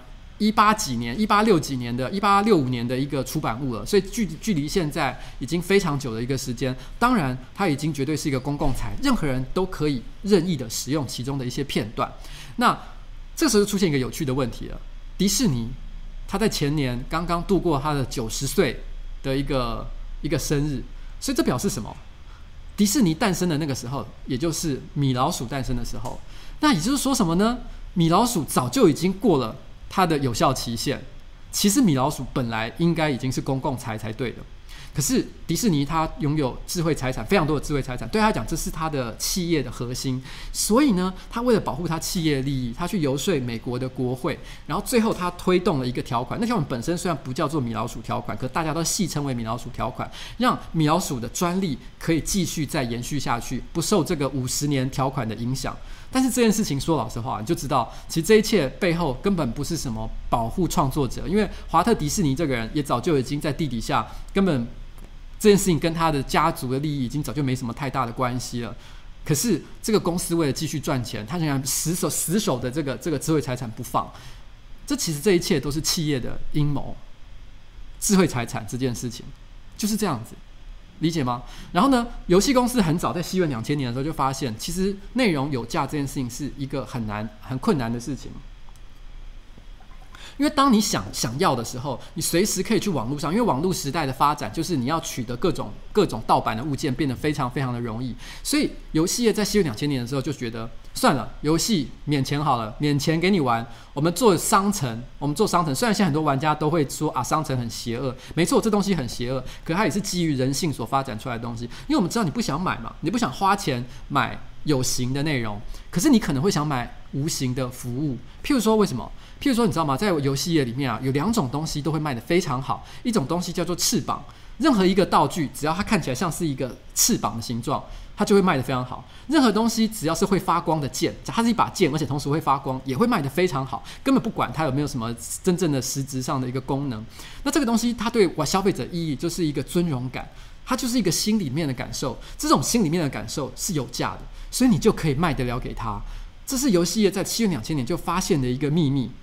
18几年、1860几年的、1865年的一个出版物了，所以距离现在已经非常久的一个时间。当然，它已经绝对是一个公共财，任何人都可以任意的使用其中的一些片段。那这个时候就出现一个有趣的问题了：迪士尼，他在前年刚刚度过他的90岁的一个生日，所以这表示什么？迪士尼诞生的那个时候，也就是米老鼠诞生的时候。那也就是说什么呢？米老鼠早就已经过了它的有效期限，其实米老鼠本来应该已经是公共财才对的。可是迪士尼它拥有智慧财产，非常多的智慧财产，对他来讲这是他的企业的核心，所以呢，他为了保护他企业利益，他去游说美国的国会，然后最后他推动了一个条款，那条款本身虽然不叫做米老鼠条款，可大家都戏称为米老鼠条款，让米老鼠的专利可以继续再延续下去，不受这个50年条款的影响。但是这件事情说老实话，你就知道其实这一切背后根本不是什么保护创作者，因为华特迪士尼这个人也早就已经在地底下，根本这件事情跟他的家族的利益已经早就没什么太大的关系了。可是这个公司为了继续赚钱，他仍然死守的这个智慧财产不放。其实这一切都是企业的阴谋。智慧财产这件事情就是这样子，理解吗？然后呢，游戏公司很早在西元2000年的时候就发现，其实内容有价这件事情是一个很困难的事情。因为当你想要的时候，你随时可以去网络上，因为网络时代的发展就是你要取得各种盗版的物件变得非常非常的容易，所以游戏业在西元2000年的时候就觉得算了，游戏免钱好了，免钱给你玩，我们做商城。虽然现在很多玩家都会说啊，商城很邪恶，没错，这东西很邪恶，可它也是基于人性所发展出来的东西。因为我们知道你不想买嘛，你不想花钱买有形的内容，可是你可能会想买无形的服务。譬如说，为什么？譬如说，你知道吗？在游戏业里面啊，有2种东西都会卖得非常好。一种东西叫做翅膀，任何一个道具，只要它看起来像是一个翅膀的形状，它就会卖得非常好。任何东西只要是会发光的剑，它是一把剑，而且同时会发光，也会卖得非常好。根本不管它有没有什么真正的实质上的一个功能。那这个东西，它对消费者意义就是一个尊荣感，它就是一个心里面的感受。这种心里面的感受是有价的，所以你就可以卖得了给他。这是游戏业在西元2000年就发现的一个秘密。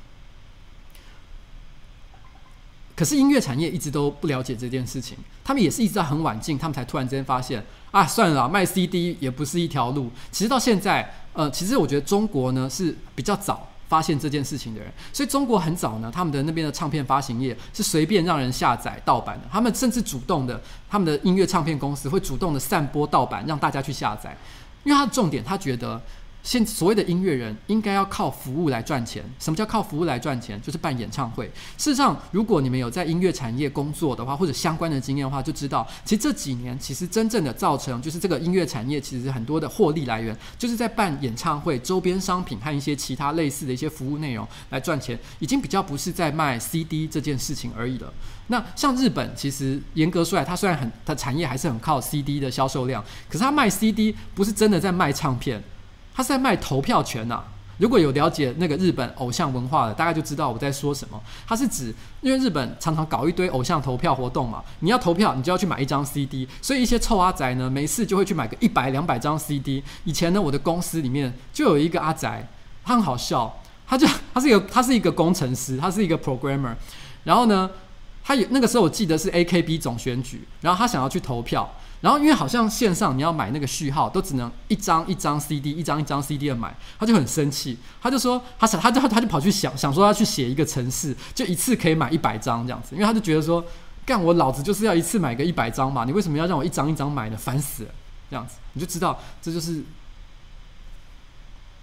可是音乐产业一直都不了解这件事情，他们也是一直到很晚近，他们才突然之间发现啊，算了啦，卖 CD 也不是一条路。其实到现在，其实我觉得中国呢是比较早发现这件事情的人，所以中国很早呢，他们的那边的唱片发行业是随便让人下载盗版的，他们甚至主动的，他们的音乐唱片公司会主动的散播盗版，让大家去下载，因为他的重点，他觉得。所谓的音乐人应该要靠服务来赚钱。什么叫靠服务来赚钱？就是办演唱会。事实上，如果你们有在音乐产业工作的话，或者相关的经验的话，就知道，其实这几年其实真正的造成就是这个音乐产业其实很多的获利来源，就是在办演唱会、周边商品和一些其他类似的一些服务内容来赚钱，已经比较不是在卖 CD 这件事情而已了。那像日本，其实严格说来，它虽然它产业还是很靠 CD 的销售量，可是它卖 CD 不是真的在卖唱片。他是在卖投票权啊！如果有了解那个日本偶像文化的，大概就知道我在说什么。它是指，因为日本常常搞一堆偶像投票活动嘛，你要投票，你就要去买一张 CD， 所以一些臭阿宅呢，没事就会去买个100-200张 CD。以前呢，我的公司里面就有一个阿宅，他很好笑，他是一个工程师，他是一个 programmer， 然后呢，那个时候我记得是 AKB 总选举，然后他想要去投票。然后因为好像线上你要买那个序号都只能一张一张 CD 一张一张 CD 的买，他就很生气，他就说他就跑去想说要去写一个程式，就一次可以买100张这样子，因为他就觉得说干我老子就是要一次买个100张嘛，你为什么要让我一张一张买呢？烦死了这样子，你就知道这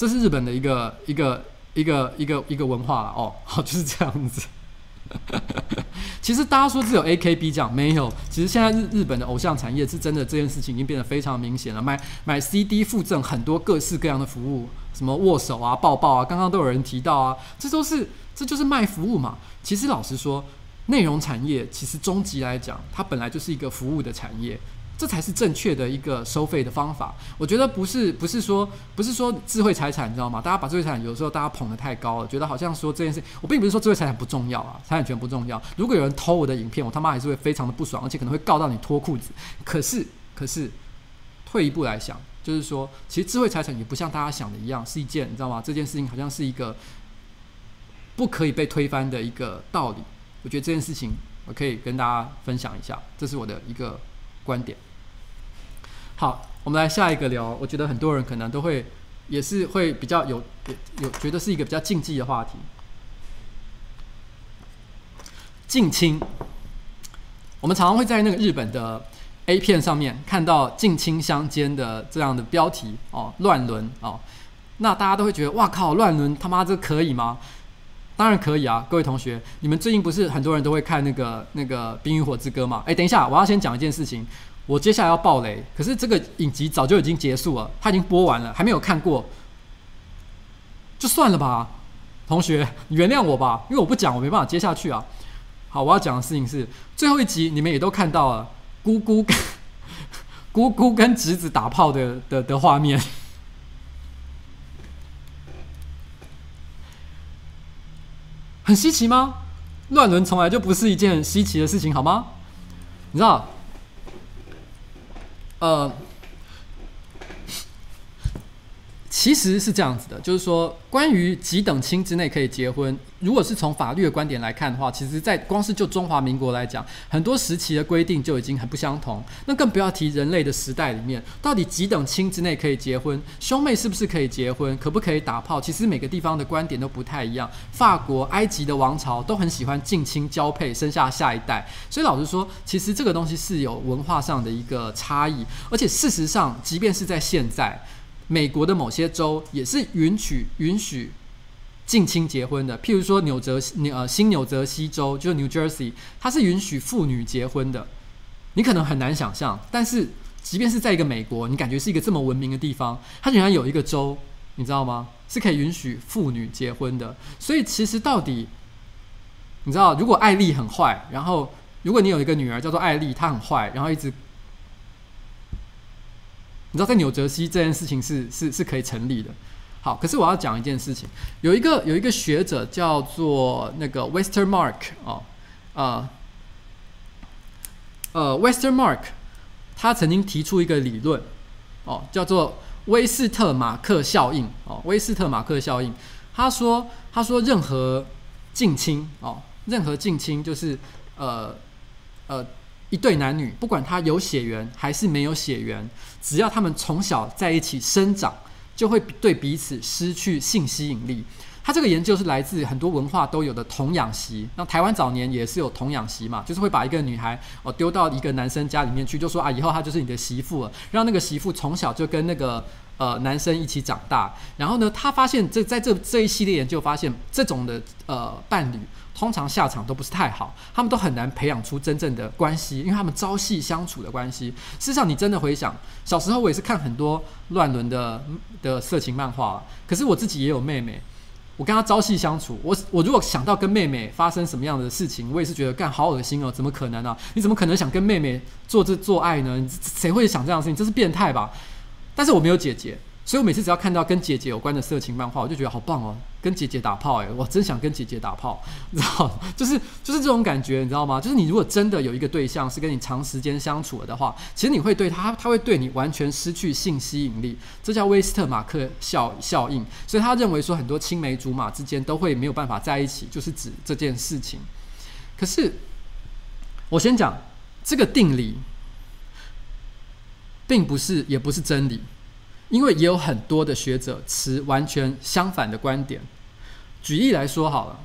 这是日本的一个文化了哦，好，就是这样子。其实大家说只有 AKB 这样，没有。其实现在日本的偶像产业是真的，这件事情已经变得非常明显了。买 CD 附赠很多各式各样的服务，什么握手啊、抱抱啊，刚刚都有人提到啊，这就是卖服务嘛。其实老实说，内容产业其实终极来讲，它本来就是一个服务的产业。这才是正确的一个收费的方法。我觉得不是说智慧财产，你知道吗？大家把智慧财产有时候大家捧得太高了，觉得好像说这件事，我并不是说智慧财产不重要啊，财产权不重要。如果有人偷我的影片，我他妈还是会非常的不爽，而且可能会告到你脱裤子。可是退一步来想，就是说，其实智慧财产也不像大家想的一样，是一件你知道吗？这件事情好像是一个不可以被推翻的一个道理。我觉得这件事情我可以跟大家分享一下，这是我的一个观点。好，我们来下一个聊。我觉得很多人可能都会，也是会比较有觉得是一个比较禁忌的话题。近亲，我们常常会在那个日本的 A 片上面看到近亲相奸的这样的标题哦，乱伦哦。那大家都会觉得，哇靠，乱伦他妈这可以吗？当然可以啊，各位同学，你们最近不是很多人都会看那个《冰与火之歌》吗？等一下，我要先讲一件事情。我接下来要爆雷，可是这个影集早就已经结束了，它已经播完了，还没有看过，就算了吧，同学，你原谅我吧，因为我不讲，我没办法接下去啊。好，我要讲的事情是，最后一集你们也都看到了，姑姑跟侄子打炮的画面，很稀奇吗？乱伦从来就不是一件稀奇的事情，好吗？你知道？其实是这样子的，就是说，关于几等亲之内可以结婚，如果是从法律的观点来看的话，其实在光是就中华民国来讲，很多时期的规定就已经很不相同。那更不要提人类的时代里面，到底几等亲之内可以结婚，兄妹是不是可以结婚，可不可以打炮？其实每个地方的观点都不太一样。法国、埃及的王朝都很喜欢近亲交配，生下下一代。所以老实说，其实这个东西是有文化上的一个差异，而且事实上，即便是在现在。美国的某些州也是允许近亲结婚的，譬如说新纽泽西州，就是 New Jersey， 它是允许妇女结婚的。你可能很难想象，但是即便是在一个美国，你感觉是一个这么文明的地方，它仍然有一个州，你知道吗？是可以允许妇女结婚的。所以其实到底，你知道，如果艾丽很坏，然后如果你有一个女儿叫做艾丽，她很坏，然后一直。你知道在纽泽西这件事情是可以成立的。好，可是我要讲一件事情，有一个学者叫做那个 Westermark Westermark， 他曾经提出一个理论叫做威斯特马克效应威斯特马克效应，他说任何近亲就是一对男女，不管他有血缘还是没有血缘，只要他们从小在一起生长，就会对彼此失去性吸引力。他这个研究是来自很多文化都有的童养媳。那台湾早年也是有童养媳嘛，就是会把一个女孩丢到一个男生家里面去，就说以后她就是你的媳妇了，让那个媳妇从小就跟那个男生一起长大。然后呢，他发现在这一系列研究发现，这种的伴侣通常下场都不是太好，他们都很难培养出真正的关系，因为他们朝夕相处的关系。事实上，你真的回想，小时候我也是看很多乱伦的色情漫画，可是我自己也有妹妹，我跟她朝夕相处，我如果想到跟妹妹发生什么样的事情，我也是觉得干好恶心哦，怎么可能啊？你怎么可能想跟妹妹做爱呢？谁会想这样的事情？这是变态吧？但是我没有姐姐。所以我每次只要看到跟姐姐有关的色情漫画，我就觉得好棒哦，跟姐姐打炮我真想跟姐姐打炮，你知道，就是这种感觉，你知道吗？就是你如果真的有一个对象是跟你长时间相处的话，其实你会对他会对你完全失去性吸引力，这叫威斯特马克效应。所以他认为说很多青梅竹马之间都会没有办法在一起，就是指这件事情。可是我先讲这个定理，并不是也不是真理。因为也有很多的学者持完全相反的观点。举例来说好了，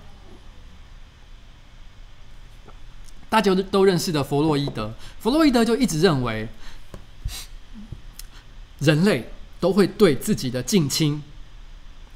大家都认识的弗洛伊德就一直认为，人类都会对自己的近亲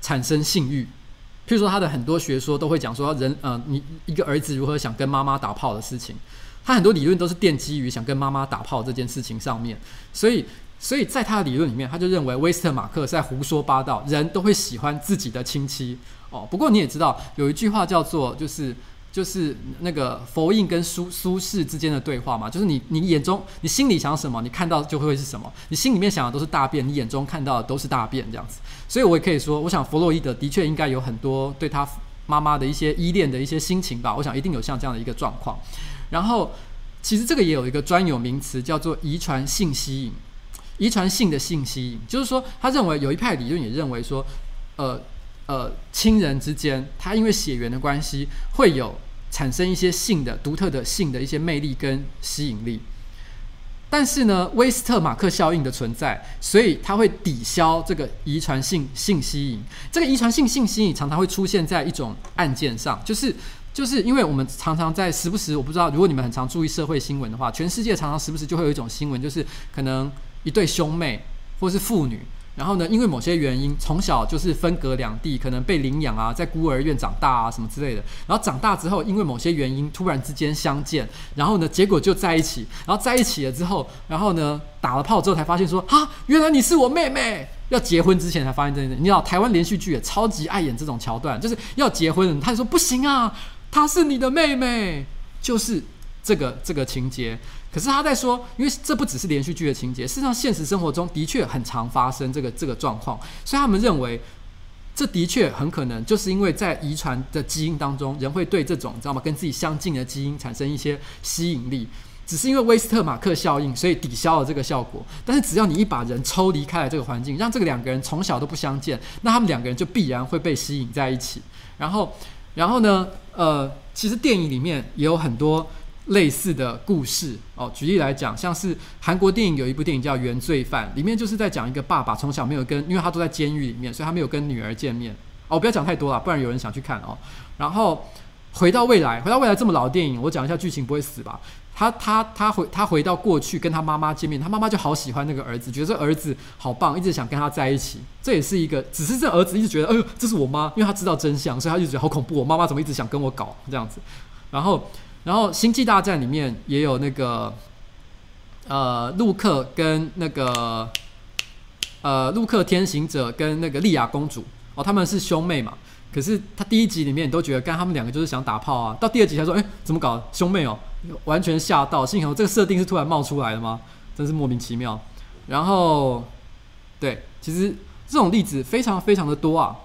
产生性欲。譬如说他的很多学说都会讲说你一个儿子如何想跟妈妈打炮的事情，他很多理论都是奠基于想跟妈妈打炮这件事情上面。所以在他的理论里面，他就认为威斯特马克是在胡说八道，人都会喜欢自己的亲戚哦。不过你也知道有一句话叫做就是那个佛印跟苏轼之间的对话嘛，就是你眼中你心里想什么，你看到就会是什么。你心里面想的都是大便，你眼中看到的都是大便这样子。所以我也可以说，我想弗洛伊德的确应该有很多对他妈妈的一些依恋的一些心情吧，我想一定有像这样的一个状况。然后其实这个也有一个专有名词叫做遗传性吸引，遗传性的性吸引，就是说他认为有一派理论也认为说亲人之间他因为血缘的关系会有产生一些性的独特的性的一些魅力跟吸引力。但是呢，威斯特马克效应的存在，所以它会抵消这个遗传性性吸引。这个遗传性性吸引常常会出现在一种案件上，就是因为我们常常在时不时，我不知道如果你们很常注意社会新闻的话，全世界常常时不时就会有一种新闻，就是可能一对兄妹或是父女，然后呢，因为某些原因，从小就是分隔两地，可能被领养啊，在孤儿院长大啊，什么之类的。然后长大之后，因为某些原因，突然之间相见，然后呢，结果就在一起。然后在一起了之后，然后呢，打了炮之后才发现说，哈，原来你是我妹妹。要结婚之前才发现这件事。你知道，台湾连续剧也超级爱演这种桥段，就是要结婚了，他就说不行啊，她是你的妹妹，就是这个情节。可是他在说，因为这不只是连续剧的情节，事实上现实生活中的确很常发生这个状况，所以他们认为这的确很可能就是因为在遗传的基因当中，人会对这种你知道吗，跟自己相近的基因产生一些吸引力，只是因为威斯特马克效应，所以抵消了这个效果。但是只要你一把人抽离开了这个环境，让这个两个人从小都不相见，那他们两个人就必然会被吸引在一起。然后呢，其实电影里面也有很多类似的故事哦。举例来讲，像是韩国电影有一部电影叫《原罪犯》，里面就是在讲一个爸爸从小没有跟，因为他都在监狱里面，所以他没有跟女儿见面。哦，不要讲太多了，不然有人想去看哦。然后回到未来这么老的电影，我讲一下剧情不会死吧？他回到过去跟他妈妈见面，他妈妈就好喜欢那个儿子，觉得这儿子好棒，一直想跟他在一起。这也是一个，只是这儿子一直觉得，这是我妈，因为他知道真相，所以他就觉得好恐怖，我妈妈怎么一直想跟我搞这样子。然后《星际大战》里面也有那个陆克跟那个陆克天行者跟那个莉亚公主哦，他们是兄妹嘛。可是他第一集里面你都觉得他们两个就是想打炮啊，到第二集才说怎么搞兄妹哦，完全吓到，幸好这个设定是突然冒出来的吗？真是莫名其妙。然后对，其实这种例子非常非常的多啊。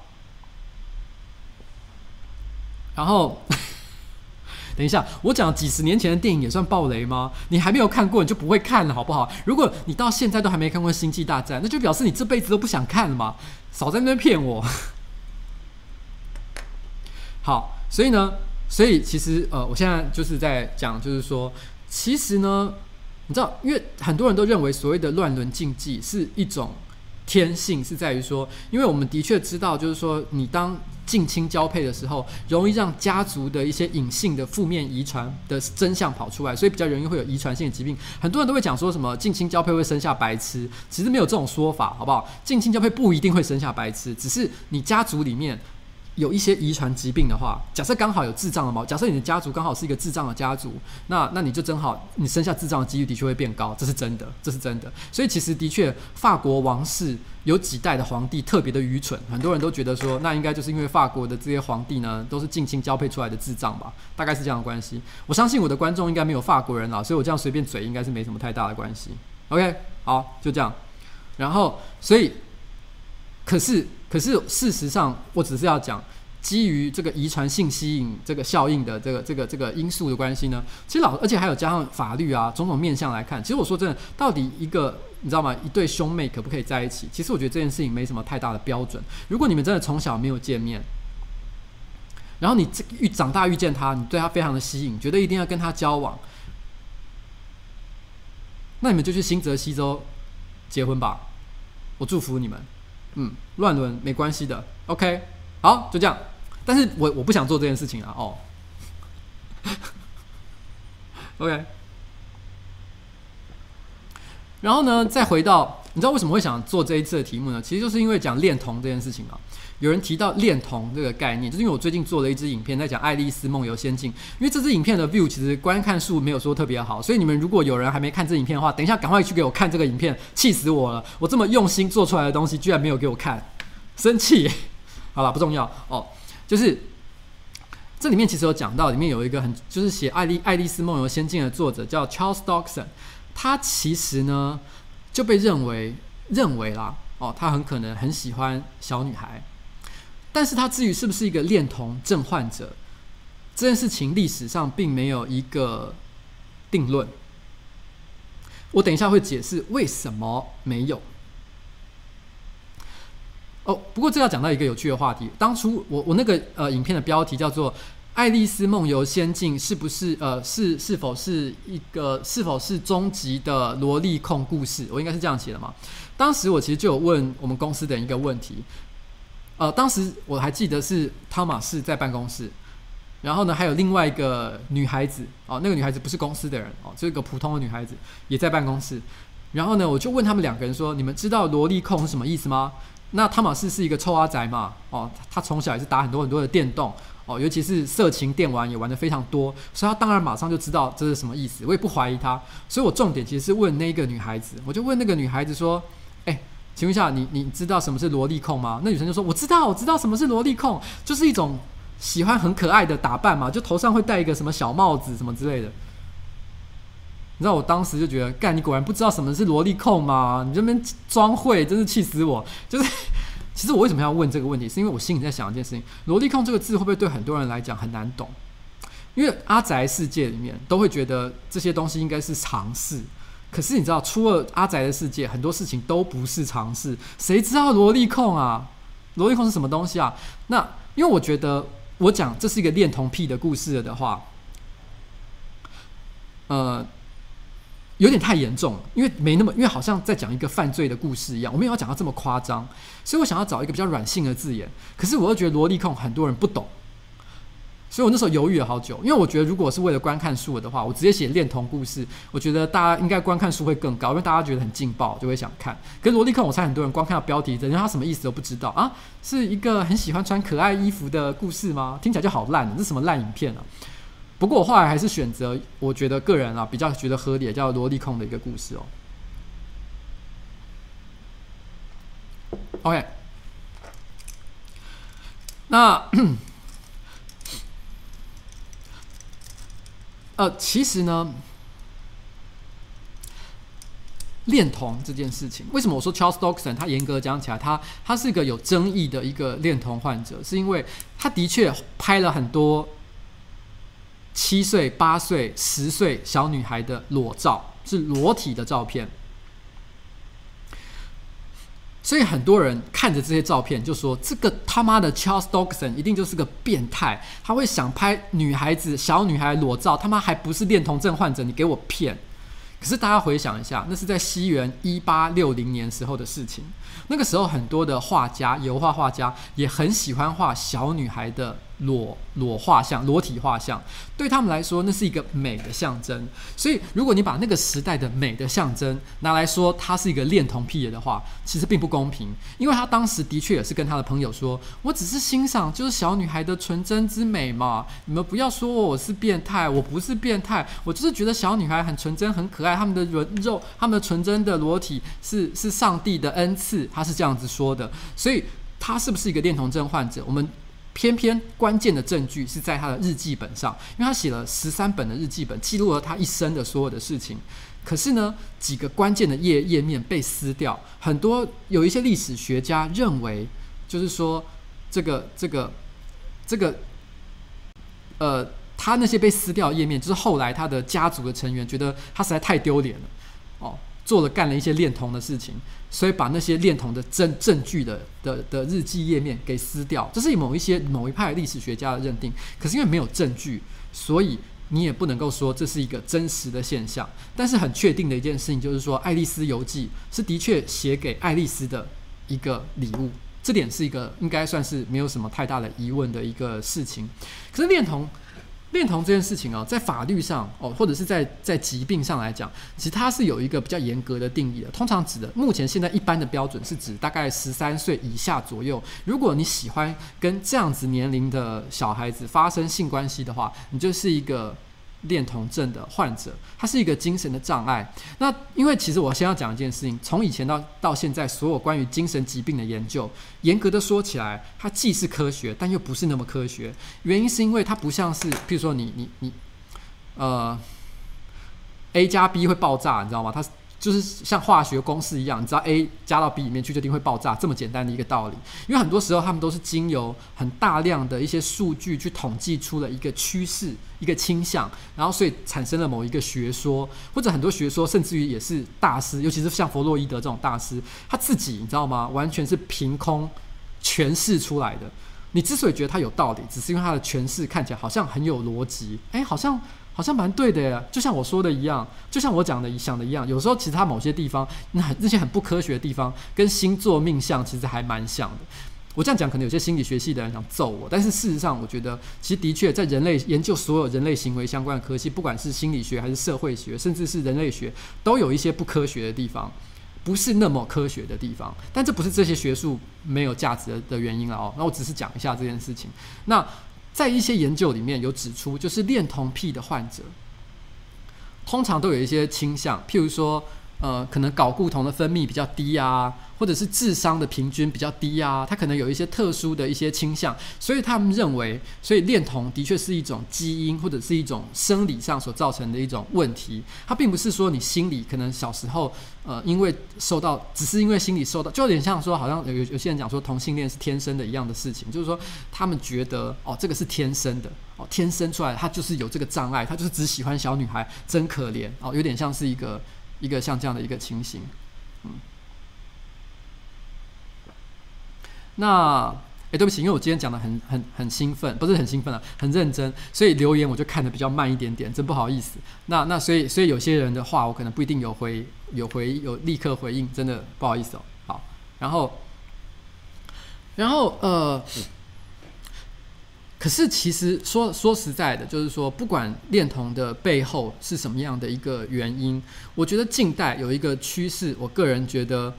然后等一下，我讲几十年前的电影也算爆雷吗？你还没有看过，你就不会看了，好不好？如果你到现在都还没看过《星际大战》，那就表示你这辈子都不想看了嘛！少在那边骗我。好，所以其实我现在就是在讲，就是说，其实呢，你知道，因为很多人都认为所谓的乱伦禁忌是一种天性，是在于说，因为我们的确知道，就是说，你当近亲交配的时候，容易让家族的一些隐性的负面遗传的真相跑出来，所以比较容易会有遗传性的疾病。很多人都会讲说什么近亲交配会生下白痴，其实没有这种说法，好不好？近亲交配不一定会生下白痴，只是你家族里面有一些遗传疾病的话，假设刚好有智障的猫，假设你的家族刚好是一个智障的家族，那你就正好你生下智障的几率的确会变高，这是真的，这是真的。所以其实的确，法国王室有几代的皇帝特别的愚蠢，很多人都觉得说，那应该就是因为法国的这些皇帝呢，都是近亲交配出来的智障吧，大概是这样的关系。我相信我的观众应该没有法国人啦，所以我这样随便嘴应该是没什么太大的关系。OK， 好，就这样。然后，所以，可是事实上，我只是要讲，基于这个遗传性吸引这个效应的这个因素的关系呢，其实而且还有加上法律啊种种面向来看，其实我说真的，到底一个你知道吗？一对兄妹可不可以在一起？其实我觉得这件事情没什么太大的标准。如果你们真的从小没有见面，然后你长大遇见他，你对他非常的吸引，觉得一定要跟他交往，那你们就去新泽西州结婚吧，我祝福你们。乱伦没关系的 ，OK， 好，就这样。但是我不想做这件事情啊，哦，OK。然后呢，再回到你知道为什么会想做这一次的题目呢？其实就是因为讲恋童这件事情嘛。有人提到恋童这个概念，就是因为我最近做了一支影片在讲《爱丽丝梦游仙境》，因为这支影片的 view 其实观看数没有说特别好，所以你们如果有人还没看这影片的话，等一下赶快去给我看这个影片，气死我了！我这么用心做出来的东西，居然没有给我看，生气耶！好了，不重要哦，就是这里面其实有讲到，里面有一个就是写爱丽丝梦游仙境的作者叫 Charles Dodgson， 他其实呢就被认为啦，他很可能很喜欢小女孩。但是他至于是不是一个恋童症患者，这件事情历史上并没有一个定论。我等一下会解释为什么没有。不过这要讲到一个有趣的话题。当初我那个影片的标题叫做《爱丽丝梦游仙境》，是否是终极的萝莉控故事？我应该是这样写的嘛？当时我其实就有问我们公司的人一个问题。当时我还记得是汤马士在办公室，然后呢还有另外一个女孩子，那个女孩子不是公司的人，这个普通的女孩子也在办公室。然后呢我就问他们两个人说，你们知道萝莉控是什么意思吗？那汤马士是一个臭阿宅嘛，他从小也是打很多很多的电动，尤其是色情电玩也玩得非常多，所以他当然马上就知道这是什么意思，我也不怀疑他。所以我重点其实是问那个女孩子，我就问那个女孩子说，请问一下，你知道什么是萝莉控吗？那女生就说我知道什么是萝莉控，就是一种喜欢很可爱的打扮嘛，就头上会戴一个什么小帽子什么之类的。你知道我当时就觉得，干，你果然不知道什么是萝莉控吗？你这边装会，真是气死我！就是其实我为什么要问这个问题，是因为我心里在想一件事情：萝莉控这个字会不会对很多人来讲很难懂？因为阿宅世界里面都会觉得这些东西应该是常识。可是你知道，出了阿宅的世界，很多事情都不是常识。谁知道萝莉控啊？萝莉控是什么东西啊？那因为我觉得，我讲这是一个恋童癖的故事的话，有点太严重了，因为好像在讲一个犯罪的故事一样，我没有要讲到这么夸张，所以我想要找一个比较软性的字眼。可是我又觉得萝莉控很多人不懂。所以我那时候犹豫了好久，因为我觉得如果是为了观看数的话，我直接写恋童故事，我觉得大家应该观看数会更高，因为大家觉得很劲爆，就会想看。可是萝莉控，我猜很多人光看到标题，人家他什么意思都不知道啊，是一个很喜欢穿可爱衣服的故事吗？听起来就好烂，这是什么烂影片啊？不过我后来还是选择，我觉得个人比较觉得合理，叫萝莉控的一个故事哦。OK， 那。其实呢，恋童这件事情，为什么我说 Charles Dodgson 他严格讲起来，他是一个有争议的一个恋童患者，是因为他的确拍了很多7岁、8岁、10岁小女孩的裸照，是裸体的照片。所以很多人看着这些照片就说，这个他妈的 Charles Dodgson 一定就是个变态，他会想拍小女孩裸照，他妈还不是恋童症患者，你给我骗。可是大家回想一下，那是在西元1860年时候的事情，那个时候很多的画家、油画画家也很喜欢画小女孩的裸画像、裸体画像，对他们来说那是一个美的象征。所以如果你把那个时代的美的象征拿来说他是一个恋童癖的话，其实并不公平，因为他当时的确也是跟他的朋友说，我只是欣赏就是小女孩的纯真之美嘛，你们不要说我是变态，我不是变态，我就是觉得小女孩很纯真很可爱，他们的肉，他们的纯真的裸体是上帝的恩赐，他是这样子说的。所以他是不是一个恋童症患者，我们偏偏关键的证据是在他的日记本上，因为他写了13本的日记本，记录了他一生的所有的事情。可是呢，几个关键的页面被撕掉，有一些历史学家认为，就是说他那些被撕掉的页面，就是后来他的家族的成员觉得他实在太丢脸了，干了一些恋童的事情，所以把那些恋童的证据的日记页面给撕掉，这是某一派历史学家的认定。可是因为没有证据，所以你也不能够说这是一个真实的现象。但是很确定的一件事情就是说，《爱丽丝游记》是的确写给爱丽丝的一个礼物，这点是一个应该算是没有什么太大的疑问的一个事情。可是恋童恋童这件事情在法律上或者是在疾病上来讲，其实它是有一个比较严格的定义的。通常指的目前现在一般的标准是指大概13岁以下左右，如果你喜欢跟这样子年龄的小孩子发生性关系的话，你就是一个恋童症的患者，它是一个精神的障碍。那因为其实我先要讲一件事情，从以前到现在，所有关于精神疾病的研究，严格的说起来，它既是科学，但又不是那么科学。原因是因为它不像是，譬如说你A 加 B 会爆炸，你知道吗？它就是像化学公式一样，你知道 A 加到 B 里面去就一定会爆炸，这么简单的一个道理。因为很多时候他们都是经由很大量的一些数据去统计出了一个趋势、一个倾向，然后所以产生了某一个学说，或者很多学说甚至于也是大师，尤其是像弗洛伊德这种大师，他自己你知道吗？完全是凭空诠释出来的。你之所以觉得他有道理，只是因为他的诠释看起来好像很有逻辑，好像蛮对的耶，就像我说的一样，就像我想的一样。有时候其实它某些地方，那些很不科学的地方，跟星座命相其实还蛮像的。我这样讲，可能有些心理学系的人想揍我，但是事实上，我觉得其实的确在人类研究所有人类行为相关的科系，不管是心理学还是社会学，甚至是人类学，都有一些不科学的地方，不是那么科学的地方。但这不是这些学术没有价值的原因了那我只是讲一下这件事情。那在一些研究里面有指出，就是恋童癖的患者通常都有一些倾向，譬如说可能睾固酮的分泌比较低啊，或者是智商的平均比较低啊，他可能有一些特殊的一些倾向，所以他们认为，所以恋童的确是一种基因或者是一种生理上所造成的一种问题。它并不是说你心理可能小时候因为只是因为心理受到，就有点像说好像有些人讲说同性恋是天生的一样的事情，就是说他们觉得这个是天生的天生出来他就是有这个障碍，他就是只喜欢小女孩，真可怜有点像是一个像这样的一个情形。那对不起，因为我今天讲的很兴奋，不是很兴奋啊，很认真，所以留言我就看得比较慢一点点，真不好意思。那所以有些人的话，我可能不一定有立刻回应，真的不好意思好，然后可是其实说实在的，就是说不管恋童的背后是什么样的一个原因，我觉得近代有一个趋势，我个人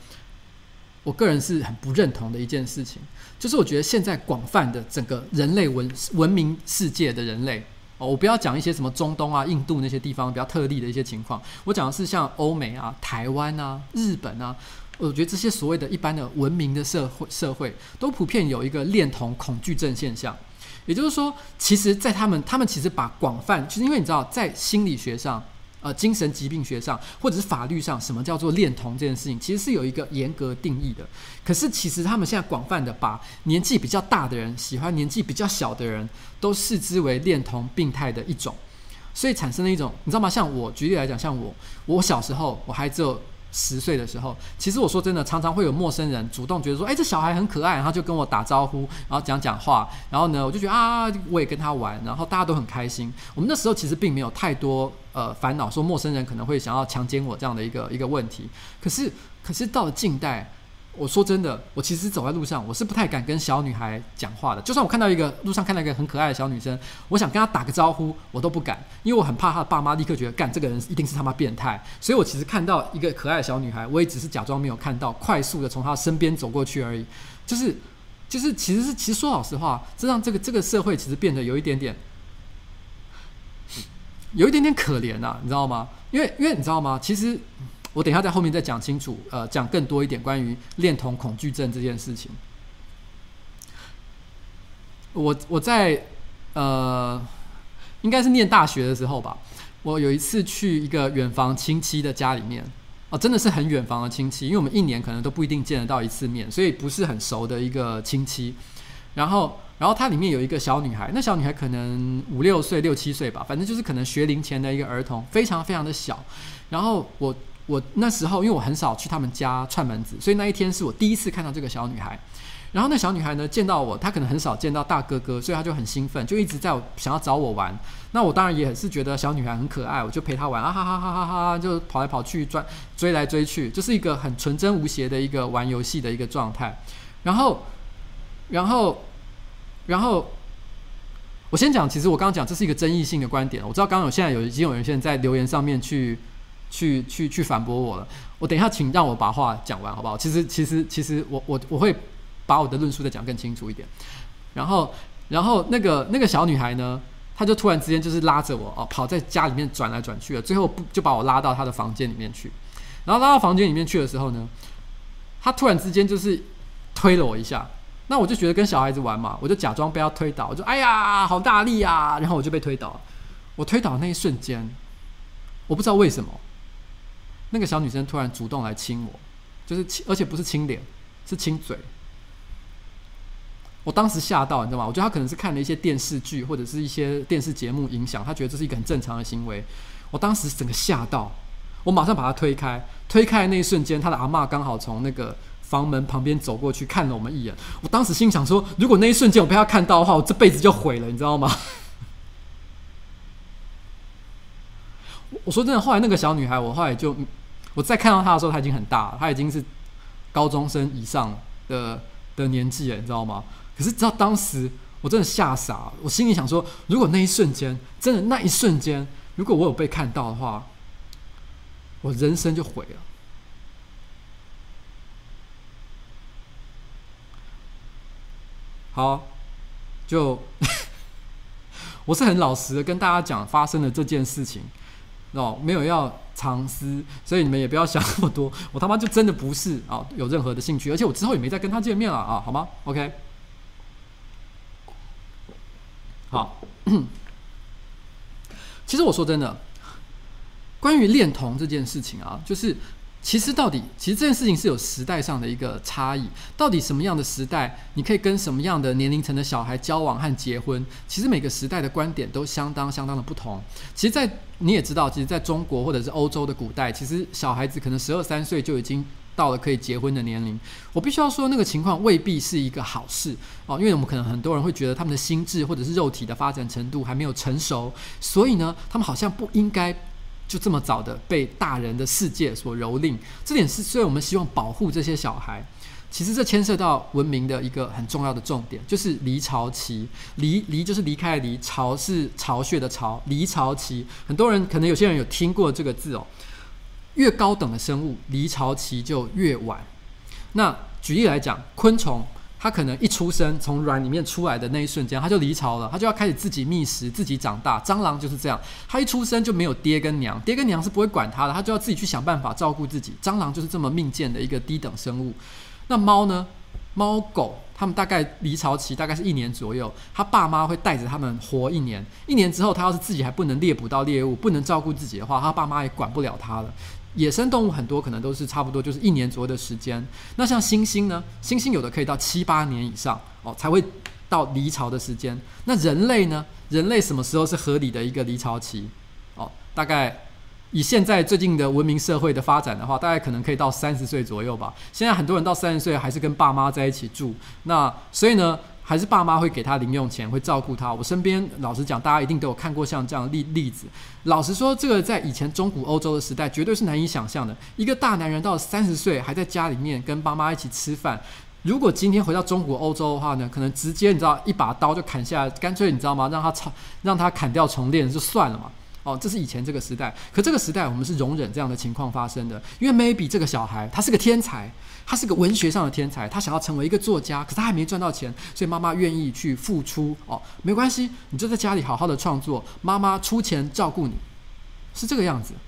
是很不认同的一件事情，就是我觉得现在广泛的整个人类文明世界的人类我不要讲一些什么中东啊、印度那些地方比较特例的一些情况，我讲的是像欧美啊、台湾啊、日本啊，我觉得这些所谓的一般的文明的社会都普遍有一个恋童恐惧症现象。也就是说，其实在他们其实把广泛，就是因为你知道，在心理学上、精神疾病学上，或者是法律上，什么叫做恋童这件事情，其实是有一个严格定义的。可是其实他们现在广泛的把年纪比较大的人喜欢年纪比较小的人，都视之为恋童病态的一种，所以产生了一种，你知道吗？像我举例来讲，像我小时候，我还只有10岁的时候，其实我说真的，常常会有陌生人主动觉得说，这小孩很可爱，然后就跟我打招呼，然后讲话，然后呢，我就觉得我也跟他玩，然后大家都很开心。我们那时候其实并没有太多烦恼，说陌生人可能会想要强奸我这样的一个问题。可是到了近代，我说真的，我其实走在路上，我是不太敢跟小女孩讲话的。就算我路上看到一个很可爱的小女生，我想跟她打个招呼，我都不敢，因为我很怕她的爸妈立刻觉得，干这个人一定是他妈变态。所以我其实看到一个可爱的小女孩，我也只是假装没有看到，快速的从她身边走过去而已。其实说老实话，这让这个社会其实变得有一点点可怜啊，你知道吗？因为你知道吗？其实我等一下在后面再讲清楚，讲更多一点关于恋童恐惧症这件事情。我在应该是念大学的时候吧，我有一次去一个远房亲戚的家里面，真的是很远房的亲戚，因为我们1年可能都不一定见得到1次面，所以不是很熟的一个亲戚。然后它里面有一个小女孩，那小女孩可能5、6岁、6、7岁吧，反正就是可能学龄前的一个儿童，非常非常的小。然后我那时候因为我很少去他们家串门子，所以那一天是我第一次看到这个小女孩。然后那小女孩呢，见到我，她可能很少见到大哥哥，所以她就很兴奋，就一直想要找我玩。那我当然也是觉得小女孩很可爱，我就陪她玩哈哈哈哈哈，就跑来跑去追来追去，就是一个很纯真无邪的一个玩游戏的一个状态。然后我先讲，其实我刚刚讲这是一个争议性的观点，我知道刚刚现在已经有人现在在留言上面去反驳我了。我等一下请让我把话讲完好不好？其实我会把我的论述再讲更清楚一点。然后那个小女孩呢，她就突然之间就是拉着我跑在家里面转来转去了，最后就把我拉到她的房间里面去。然后拉到房间里面去的时候呢，她突然之间就是推了我一下。那我就觉得跟小孩子玩嘛，我就假装被他推倒，我就哎呀好大力啊，然后我就被推倒了。我推倒的那一瞬间，我不知道为什么，那个小女生突然主动来亲我，就是而且不是亲脸，是亲嘴。我当时吓到，你知道吗？我觉得她可能是看了一些电视剧或者是一些电视节目影响，她觉得这是一个很正常的行为。我当时整个吓到，我马上把她推开的那一瞬间，她的阿嬷刚好从那个房门旁边走过去看了我们一眼，我当时心想说，如果那一瞬间我被他看到的话，我这辈子就毁了，你知道吗？我说真的，后来那个小女孩，我再看到她的时候，她已经很大了，她已经是高中生以上的年纪了，你知道吗？可是直到当时，我真的吓傻了，我心里想说，如果那一瞬间，真的那一瞬间，如果我有被看到的话，我人生就毁了。好，就我是很老实的跟大家讲发生了这件事情，没有要藏私，所以你们也不要想那么多。我他妈就真的不是有任何的兴趣，而且我之后也没再跟他见面了好吗 ？OK， 好。其实我说真的，关于恋童这件事情就是其实这件事情是有时代上的一个差异。到底什么样的时代，你可以跟什么样的年龄层的小孩交往和结婚？其实每个时代的观点都相当的不同。其实你也知道，其实在中国或者是欧洲的古代，其实小孩子可能12、13岁就已经到了可以结婚的年龄。我必须要说，那个情况未必是一个好事因为我们可能很多人会觉得他们的心智或者是肉体的发展程度还没有成熟，所以呢，他们好像不应该就这么早的被大人的世界所蹂躏。这点是所以我们希望保护这些小孩。其实这牵涉到文明的一个很重要的重点，就是离巢期。离就是离开的离，巢是巢穴的巢，离巢期。很多人可能有些人有听过这个字越高等的生物离巢期就越晚。那举例来讲，昆虫它可能一出生从卵里面出来的那一瞬间，它就离巢了，它就要开始自己觅食，自己长大。蟑螂就是这样，它一出生就没有爹跟娘，爹跟娘是不会管它的，它就要自己去想办法照顾自己。蟑螂就是这么命贱的一个低等生物。那猫呢？猫狗它们大概离巢期大概是1年左右，它爸妈会带着它们活1年。1年之后，它要是自己还不能猎捕到猎物，不能照顾自己的话，它爸妈也管不了它了。野生动物很多可能都是差不多就是1年左右的时间。那像猩猩呢？猩猩有的可以到7、8年以上才会到离巢的时间。那人类呢？人类什么时候是合理的一个离巢期？大概以现在最近的文明社会的发展的话，大概可能可以到30岁左右吧。现在很多人到30岁还是跟爸妈在一起住，那所以呢，还是爸妈会给他零用钱，会照顾他。我身边老实讲，大家一定都有看过像这样的例子。老实说，这个在以前中古欧洲的时代，绝对是难以想象的。一个大男人到了30岁，还在家里面跟爸妈一起吃饭。如果今天回到中国欧洲的话呢，可能直接你知道一把刀就砍下来，干脆你知道吗？让他砍掉重练就算了嘛。这是以前这个时代。可这个时代我们是容忍这样的情况发生的，因为 maybe 这个小孩他是个天才，他是个文学上的天才，他想要成为一个作家，可是他还没赚到钱，所以妈妈愿意去付出没关系，你就在家里好好的创作，妈妈出钱照顾你，是这个样子。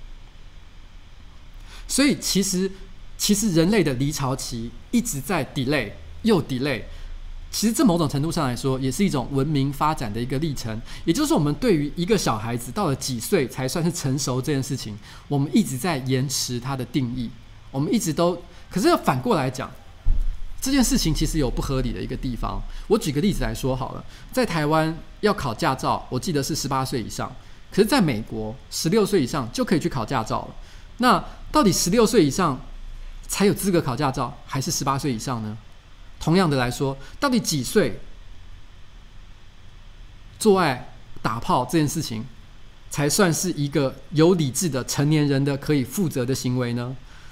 所以其实人类的离巢期一直在 delay 又 delay。其实这某种程度上来说，也是一种文明发展的一个历程。也就是我们对于一个小孩子到了几岁才算是成熟这件事情，我们一直在延迟它的定义。我们一直都，可是反过来讲，这件事情其实有不合理的一个地方。我举个例子来说好了，在台湾要考驾照，我记得是18岁以上，可是在美国16岁以上就可以去考驾照了。那到底16岁以上才有资格考驾照，还是18岁以上呢？同样的来说，到底几岁做爱打炮这件事情才算是一个有理智的成年人的可以负责的行为呢？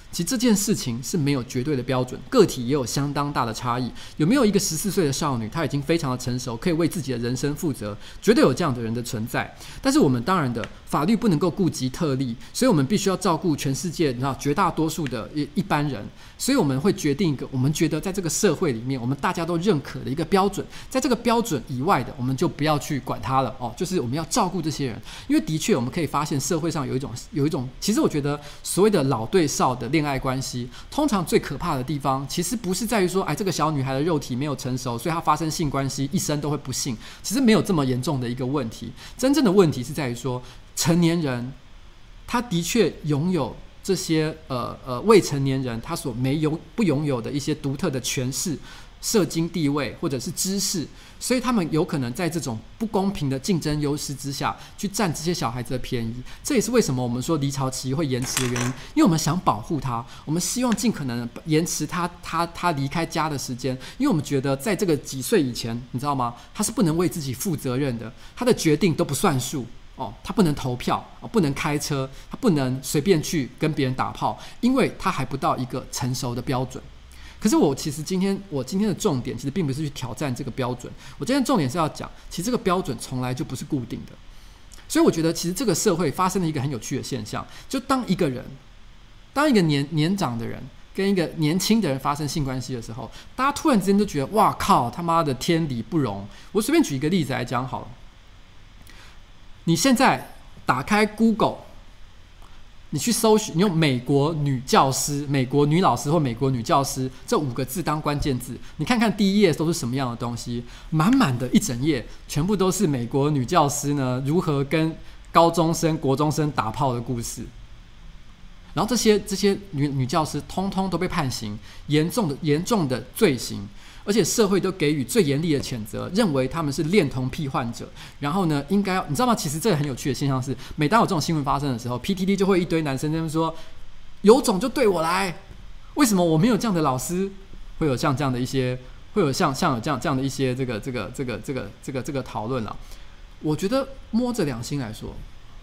其实这件事情是没有绝对的标准，个体也有相当大的差异。有没有一个14岁的少女，她已经非常的成熟，可以为自己的人生负责？绝对有这样的人的存在。但是我们当然的法律不能够顾及特例，所以我们必须要照顾全世界绝大多数的一般人。所以我们会决定一个我们觉得在这个社会里面我们大家都认可的一个标准，在这个标准以外的我们就不要去管它了就是我们要照顾这些人。因为的确我们可以发现社会上有一种，其实我觉得所谓的老对少的恋爱关系，通常最可怕的地方其实不是在于说这个小女孩的肉体没有成熟，所以她发生性关系一生都会不幸，其实没有这么严重的一个问题。真正的问题是在于说成年人他的确拥有这些未成年人他所不拥有的一些独特的权势、社经地位或者是知识，所以他们有可能在这种不公平的竞争优势之下去占这些小孩子的便宜。这也是为什么我们说离巢期会延迟的原因，因为我们想保护他，我们希望尽可能延迟他离开家的时间，因为我们觉得在这个几岁以前，你知道吗？他是不能为自己负责任的，他的决定都不算数。他不能投票，不能开车，他不能随便去跟别人打炮，因为他还不到一个成熟的标准。可是我今天的重点其实并不是去挑战这个标准，我今天的重点是要讲，其实这个标准从来就不是固定的。所以我觉得其实这个社会发生了一个很有趣的现象，就当一个年长的人跟一个年轻的人发生性关系的时候，大家突然之间就觉得哇靠，他妈的天理不容。我随便举一个例子来讲好了，你现在打开 Google， 你去搜寻，你用美国女教师、美国女老师或美国女教师这5个字当关键字，你看看第一页都是什么样的东西？满满的一整页，全部都是美国女教师呢如何跟高中生、国中生打炮的故事。然后这些女教师通通都被判刑，严重的罪行。而且社会都给予最严厉的谴责，认为他们是恋童癖患者。然后呢，应该你知道吗？其实这个很有趣的现象是，每当有这种新闻发生的时候 ，PTT 就会一堆男生在那边说：“有种就对我来，为什么我没有这样的老师？”会有像这样的一些，会有像有这样的一些这个讨论啊。我觉得摸着良心来说，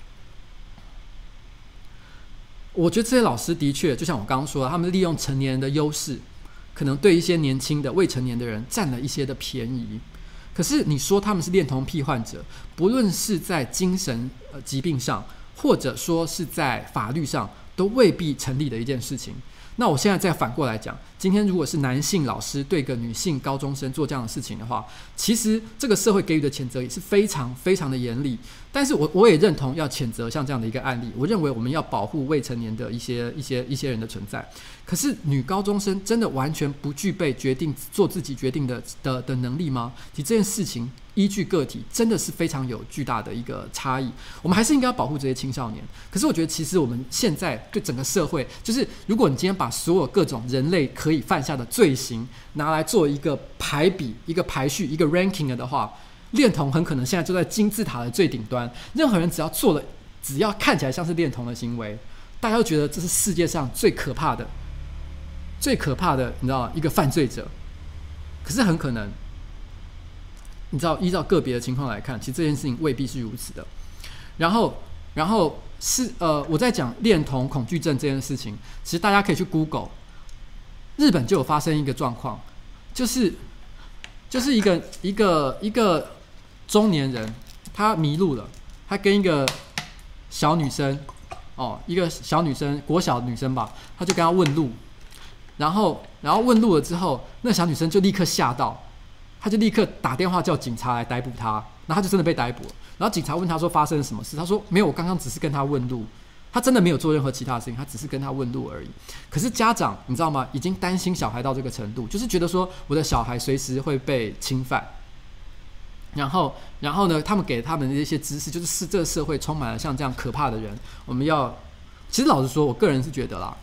我觉得这些老师的确就像我刚刚说的，他们利用成年人的优势。可能对一些年轻的未成年的人占了一些的便宜，可是你说他们是恋童癖患者，不论是在精神疾病上，或者说是在法律上，都未必成立的一件事情。那我现在再反过来讲，今天如果是男性老师对一个女性高中生做这样的事情的话，其实这个社会给予的谴责也是非常非常的严厉。但是我也认同要谴责像这样的一个案例，我认为我们要保护未成年的一些人的存在。可是女高中生真的完全不具备做自己决定的能力吗？其实这件事情依据个体真的是非常有巨大的一个差异。我们还是应该要保护这些青少年。可是我觉得其实我们现在对整个社会，就是如果你今天把所有各种人类可以犯下的罪行拿来做一个排比、一个排序、一个 ranking 的话，恋童很可能现在就在金字塔的最顶端。任何人只要看起来像是恋童的行为，大家都觉得这是世界上最可怕的，你知道吗？一个犯罪者。可是很可能，你知道，依照个别的情况来看，其实这件事情未必是如此的。然后是我在讲恋童恐惧症这件事情，其实大家可以去 Google， 日本就有发生一个状况，就是一个中年人，他迷路了，他跟一个小女生，一个小女生，国小女生吧，他就跟他问路，然后问路了之后，那小女生就立刻吓到，他就立刻打电话叫警察来逮捕他，然后他就真的被逮捕了。然后警察问他说发生了什么事，他说没有，我刚刚只是跟他问路，他真的没有做任何其他的事情，他只是跟他问路而已。可是家长你知道吗？已经担心小孩到这个程度，就是觉得说我的小孩随时会被侵犯。然后呢，他们给他们的一些知识，就是这个社会充满了像这样可怕的人。我们要，其实老实说，我个人是觉得啦，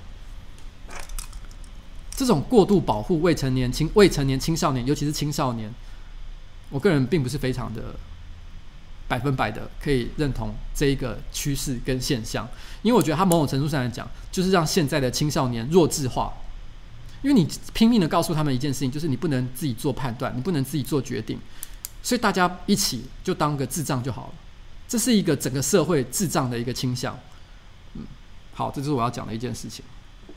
这种过度保护未成年青少年，尤其是青少年，我个人并不是非常的100%的可以认同这一个趋势跟现象，因为我觉得它某种程度上来讲，就是让现在的青少年弱智化。因为你拼命的告诉他们一件事情，就是你不能自己做判断，你不能自己做决定，所以大家一起就当个智障就好了。这是一个整个社会智障的一个倾向。好，这就是我要讲的一件事情。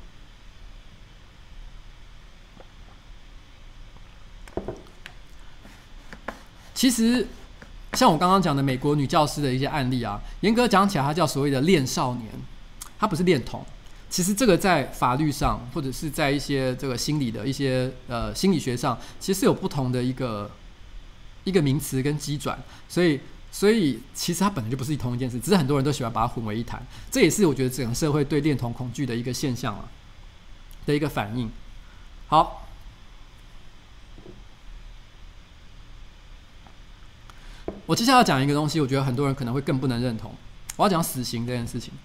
其实像我刚刚讲的美国女教师的一些案例啊，严格讲起来，它叫所谓的恋少年，它不是恋童。其实这个在法律上，或者是在一些这个心理的一些心理学上，其实有不同的一个名词跟机转，所以其实它本来就不是同一件事，只是很多人都喜欢把它混为一谈。这也是我觉得整个社会对恋童恐惧的一个现象的一个反应。好，我接下来要讲一个东西，我觉得很多人可能会更不能认同。我要讲死刑这件事情。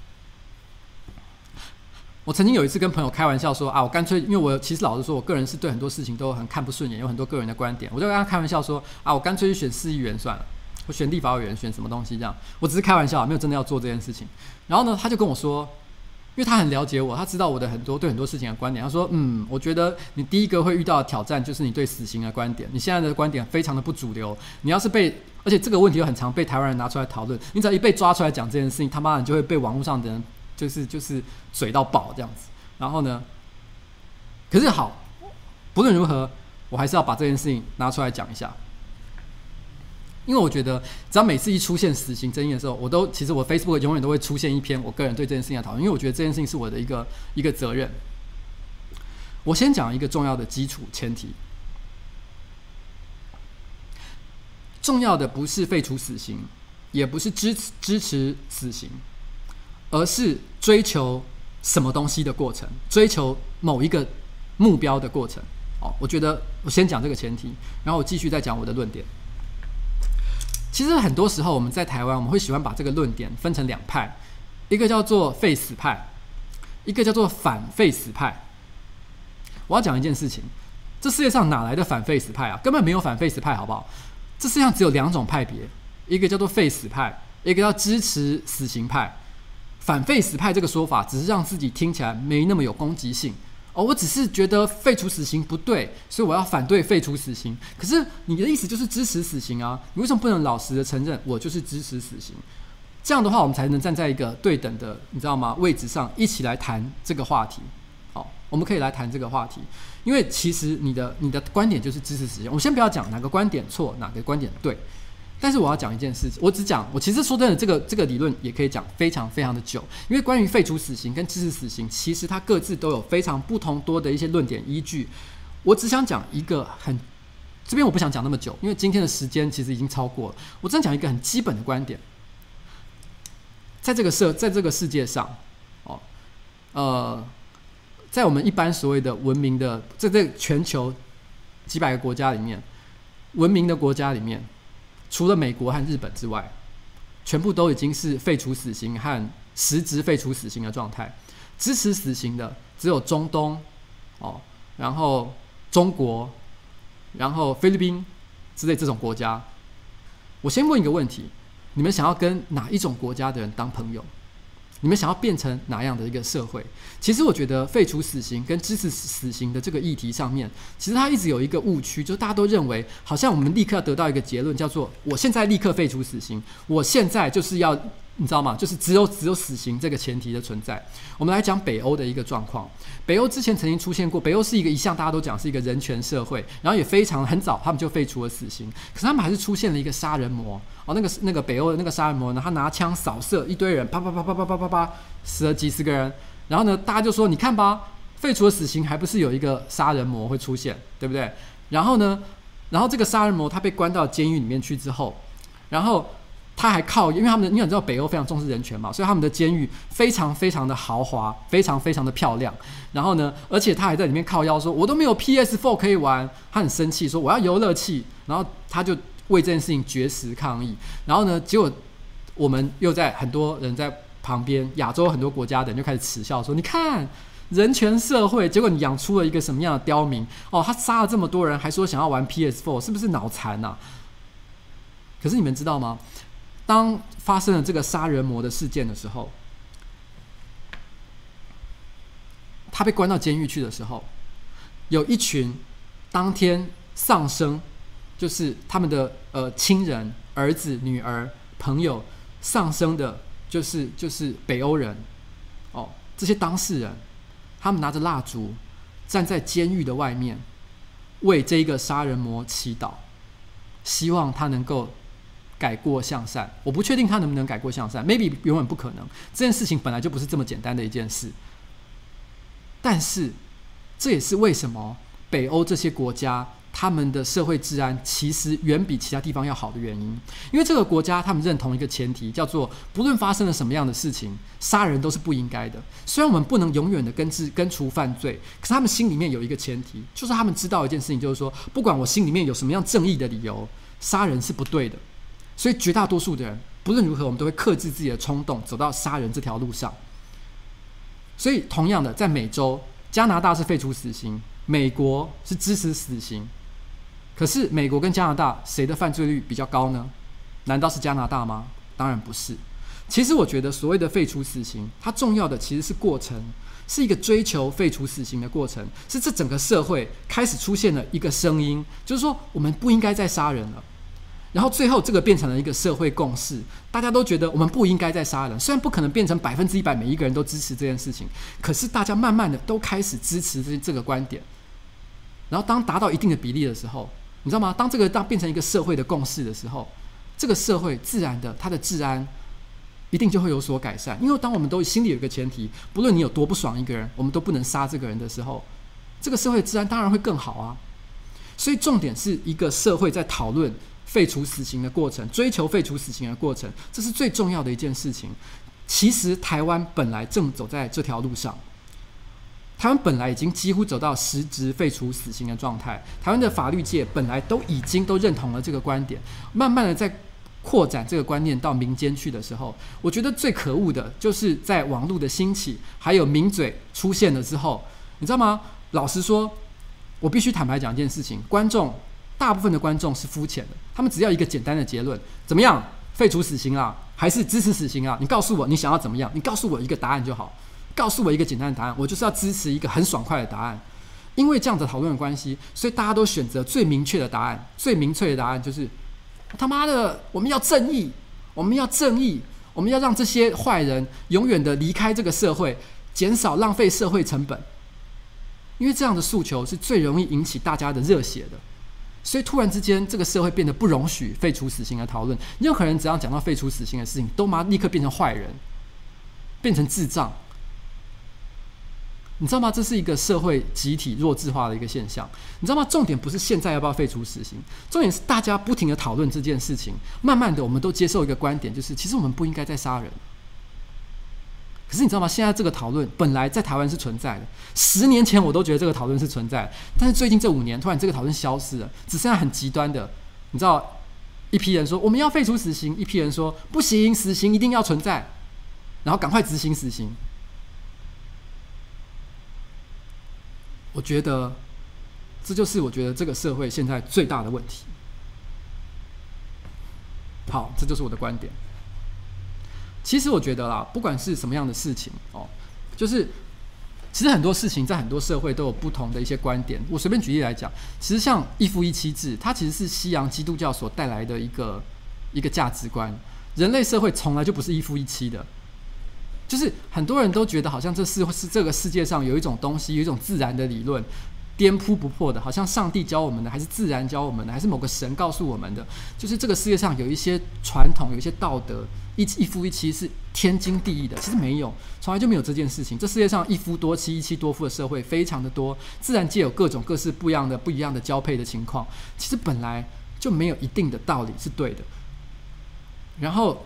我曾经有一次跟朋友开玩笑说啊，我干脆，因为我其实老实说，我个人是对很多事情都很看不顺眼，有很多个人的观点，我就跟他开玩笑说啊，我干脆去选市议员算了，我选立法委员，选什么东西这样，我只是开玩笑，没有真的要做这件事情。然后呢，他就跟我说，因为他很了解我，他知道我的对很多事情的观点，他说，我觉得你第一个会遇到的挑战就是你对死刑的观点，你现在的观点非常的不主流，你要是而且这个问题又很常被台湾人拿出来讨论，你只要一被抓出来讲这件事情，他妈的你就会被网络上的人就是嘴到爆这样子。然后呢，可是好，不论如何，我还是要把这件事情拿出来讲一下，因为我觉得只要每次一出现死刑争议的时候，其实我 Facebook 永远都会出现一篇我个人对这件事情的讨论，因为我觉得这件事情是我的一个责任。我先讲一个重要的基础前提，重要的不是废除死刑，也不是支持死刑，而是追求什么东西的过程，追求某一个目标的过程。我觉得我先讲这个前提，然后我继续再讲我的论点。其实很多时候我们在台湾，我们会喜欢把这个论点分成两派，一个叫做废死派，一个叫做反废死派。我要讲一件事情，这世界上哪来的反废死派啊？根本没有反废死派，好不好？这世界上只有两种派别，一个叫做废死派，一个叫支持死刑派。反废死派这个说法只是让自己听起来没那么有攻击性。我只是觉得废除死刑不对，所以我要反对废除死刑。可是你的意思就是支持死刑啊？你为什么不能老实的承认我就是支持死刑？这样的话，我们才能站在一个对等的，你知道吗？位置上一起来谈这个话题。好，我们可以来谈这个话题，因为其实你的观点就是支持死刑。我先不要讲哪个观点错，哪个观点对。但是我要讲一件事情，我其实说真的，这个理论也可以讲非常非常的久，因为关于废除死刑跟支持死刑，其实它各自都有非常不同多的一些论点依据。我只想讲一个这边我不想讲那么久，因为今天的时间其实已经超过了。我只想讲一个很基本的观点，在这个世界上，在我们一般所谓的文明的在全球几百个国家里面，文明的国家里面，除了美国和日本之外，全部都已经是废除死刑和实质废除死刑的状态。支持死刑的只有中东，然后中国，然后菲律宾之类这种国家。我先问一个问题：你们想要跟哪一种国家的人当朋友？你们想要变成哪样的一个社会？其实我觉得废除死刑跟支持死刑的这个议题上面，其实它一直有一个误区，就是大家都认为好像我们立刻要得到一个结论，叫做我现在立刻废除死刑，我现在就是要，你知道吗？就是只有死刑这个前提的存在。我们来讲北欧的一个状况。北欧之前曾经出现过，北欧是一向大家都讲是一个人权社会，然后也很早他们就废除了死刑，可是他们还是出现了一个杀人魔。那个北欧的那个杀人魔呢，他拿枪扫射一堆人，啪啪啪啪啪啪啪啪，死了几十个人。然后呢，大家就说你看吧，废除了死刑，还不是有一个杀人魔会出现，对不对？然后这个杀人魔他被关到监狱里面去之后，然后他还因为你知道北欧非常重视人权嘛，所以他们的监狱非常非常的豪华，非常非常的漂亮。然后呢，而且他还在里面靠腰说，我都没有 PS4 可以玩，他很生气，说我要游乐器。然后他就为这件事情绝食抗议。然后呢，结果我们又在很多人在旁边，亚洲很多国家的人就开始耻笑说，你看人权社会，结果你养出了一个什么样的刁民？他杀了这么多人，还说想要玩 PS4， 是不是脑残啊？可是你们知道吗？当发生了这个杀人魔的事件的时候，他被关到监狱去的时候，有一群当天丧生，就是他们的亲人、儿子、女儿、朋友丧生的，就是北欧人。这些当事人，他们拿着蜡烛站在监狱的外面，为这一个杀人魔祈祷， 希望他能够改过向善。我不确定他能不能改过向善 ，maybe 永远不可能。这件事情本来就不是这么简单的一件事。但是，这也是为什么北欧这些国家他们的社会治安其实远比其他地方要好的原因。因为这个国家他们认同一个前提，叫做不论发生了什么样的事情，杀人都是不应该的。虽然我们不能永远的根除犯罪，可是他们心里面有一个前提，就是他们知道一件事情，就是说不管我心里面有什么样正义的理由，杀人是不对的。所以绝大多数的人不论如何，我们都会克制自己的冲动，走到杀人这条路上。所以同样的，在美洲，加拿大是废除死刑，美国是支持死刑。可是美国跟加拿大谁的犯罪率比较高呢？难道是加拿大吗？当然不是。其实我觉得所谓的废除死刑，它重要的其实是过程，是一个追求废除死刑的过程，是这整个社会开始出现了一个声音，就是说我们不应该再杀人了。然后最后这个变成了一个社会共识，大家都觉得我们不应该再杀人。虽然不可能变成100%每一个人都支持这件事情，可是大家慢慢的都开始支持这个观点。然后当达到一定的比例的时候，你知道吗？当变成一个社会的共识的时候，这个社会自然的它的治安一定就会有所改善。因为当我们都心里有一个前提，不论你有多不爽一个人，我们都不能杀这个人的时候，这个社会治安当然会更好啊。所以重点是一个社会在讨论废除死刑的过程，追求废除死刑的过程，这是最重要的一件事情。其实台湾本来正走在这条路上，台湾本来已经几乎走到实质废除死刑的状态，台湾的法律界本来都已经认同了这个观点，慢慢的在扩展这个观念到民间去的时候，我觉得最可恶的就是在网络的兴起，还有名嘴出现了之后，你知道吗？老实说，我必须坦白讲一件事情，大部分的观众是肤浅的，他们只要一个简单的结论：怎么样，废除死刑啊，还是支持死刑啊？你告诉我你想要怎么样？你告诉我一个答案就好，告诉我一个简单的答案，我就是要支持一个很爽快的答案。因为这样的讨论的关系，所以大家都选择最明确的答案，最明确的答案就是他妈的，我们要正义，我们要正义，我们要让这些坏人永远的离开这个社会，减少浪费社会成本。因为这样的诉求是最容易引起大家的热血的。所以突然之间，这个社会变得不容许废除死刑的讨论。任何人只要讲到废除死刑的事情，都立刻变成坏人，变成智障。你知道吗？这是一个社会集体弱智化的一个现象。你知道吗？重点不是现在要不要废除死刑，重点是大家不停的讨论这件事情。慢慢的，我们都接受一个观点，就是其实我们不应该再杀人。可是你知道吗？现在这个讨论本来在台湾是存在的，10年前我都觉得这个讨论是存在的，但是最近这5年，突然这个讨论消失了，只剩下很极端的，你知道，一批人说我们要废除死刑，一批人说不行，死刑一定要存在，然后赶快执行死刑。我觉得这就是我觉得这个社会现在最大的问题。好，这就是我的观点。其实我觉得啦，不管是什么样的事情就是其实很多事情在很多社会都有不同的一些观点。我随便举例来讲，其实像一夫一妻制，它其实是西洋基督教所带来的一个价值观。人类社会从来就不是一夫一妻的，就是很多人都觉得好像这个世界上有一种东西，有一种自然的理论，颠扑不破的，好像上帝教我们的，还是自然教我们的，还是某个神告诉我们的，就是这个世界上有一些传统，有一些道德，一夫一妻是天经地义的。其实没有，从来就没有这件事情。这世界上一夫多妻、一妻多夫的社会非常的多，自然界有各种各式不一样的交配的情况，其实本来就没有一定的道理是对的。然后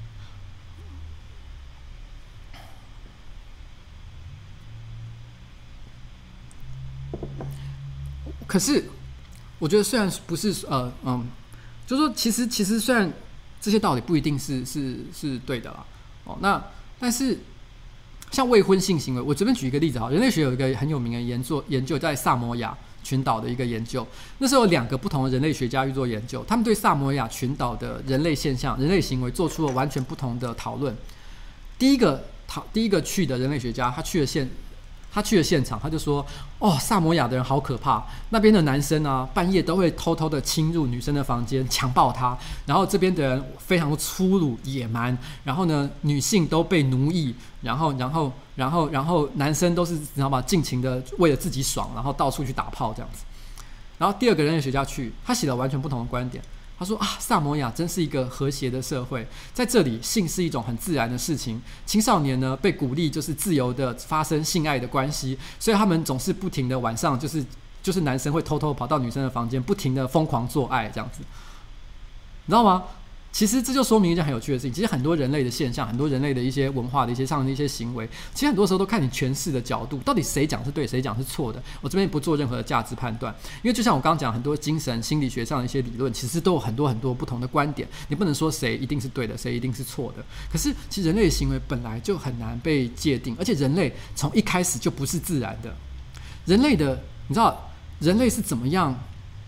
可是我觉得虽然不是就是说其实虽然这些道理不一定是对的啦，但是像未婚性行为，我这边举一个例子哈，人类学有一个很有名的研究在萨摩亚群岛的一个研究，那时候有2个不同的人类学家去做研究，他们对萨摩亚群岛的人类现象、人类行为做出了完全不同的讨论。第一个去的人类学家，他去了现场，他就说：“萨摩亚的人好可怕，那边的男生啊，半夜都会偷偷的侵入女生的房间，强暴她。然后这边的人非常粗鲁野蛮，然后呢，女性都被奴役，然后男生都是你知道吗？尽情的为了自己爽，然后到处去打炮这样子。 然后第二个人类学家去，他写了完全不同的观点。他说啊，萨摩亚真是一个和谐的社会，在这里性是一种很自然的事情，青少年呢被鼓励就是自由的发生性爱的关系，所以他们总是不停的晚上就是男生会偷偷跑到女生的房间，不停的疯狂做爱这样子，你知道吗？其实这就说明一件很有趣的事情，其实很多人类的现象，很多人类的一些文化的一些上的一些行为，其实很多时候都看你诠释的角度，到底谁讲是对，谁讲是错的。我这边不做任何的价值判断，因为就像我刚刚讲，很多精神心理学上的一些理论，其实都有很多很多不同的观点，你不能说谁一定是对的，谁一定是错的。可是其实人类的行为本来就很难被界定，而且人类从一开始就不是自然的。人类的，你知道人类是怎么样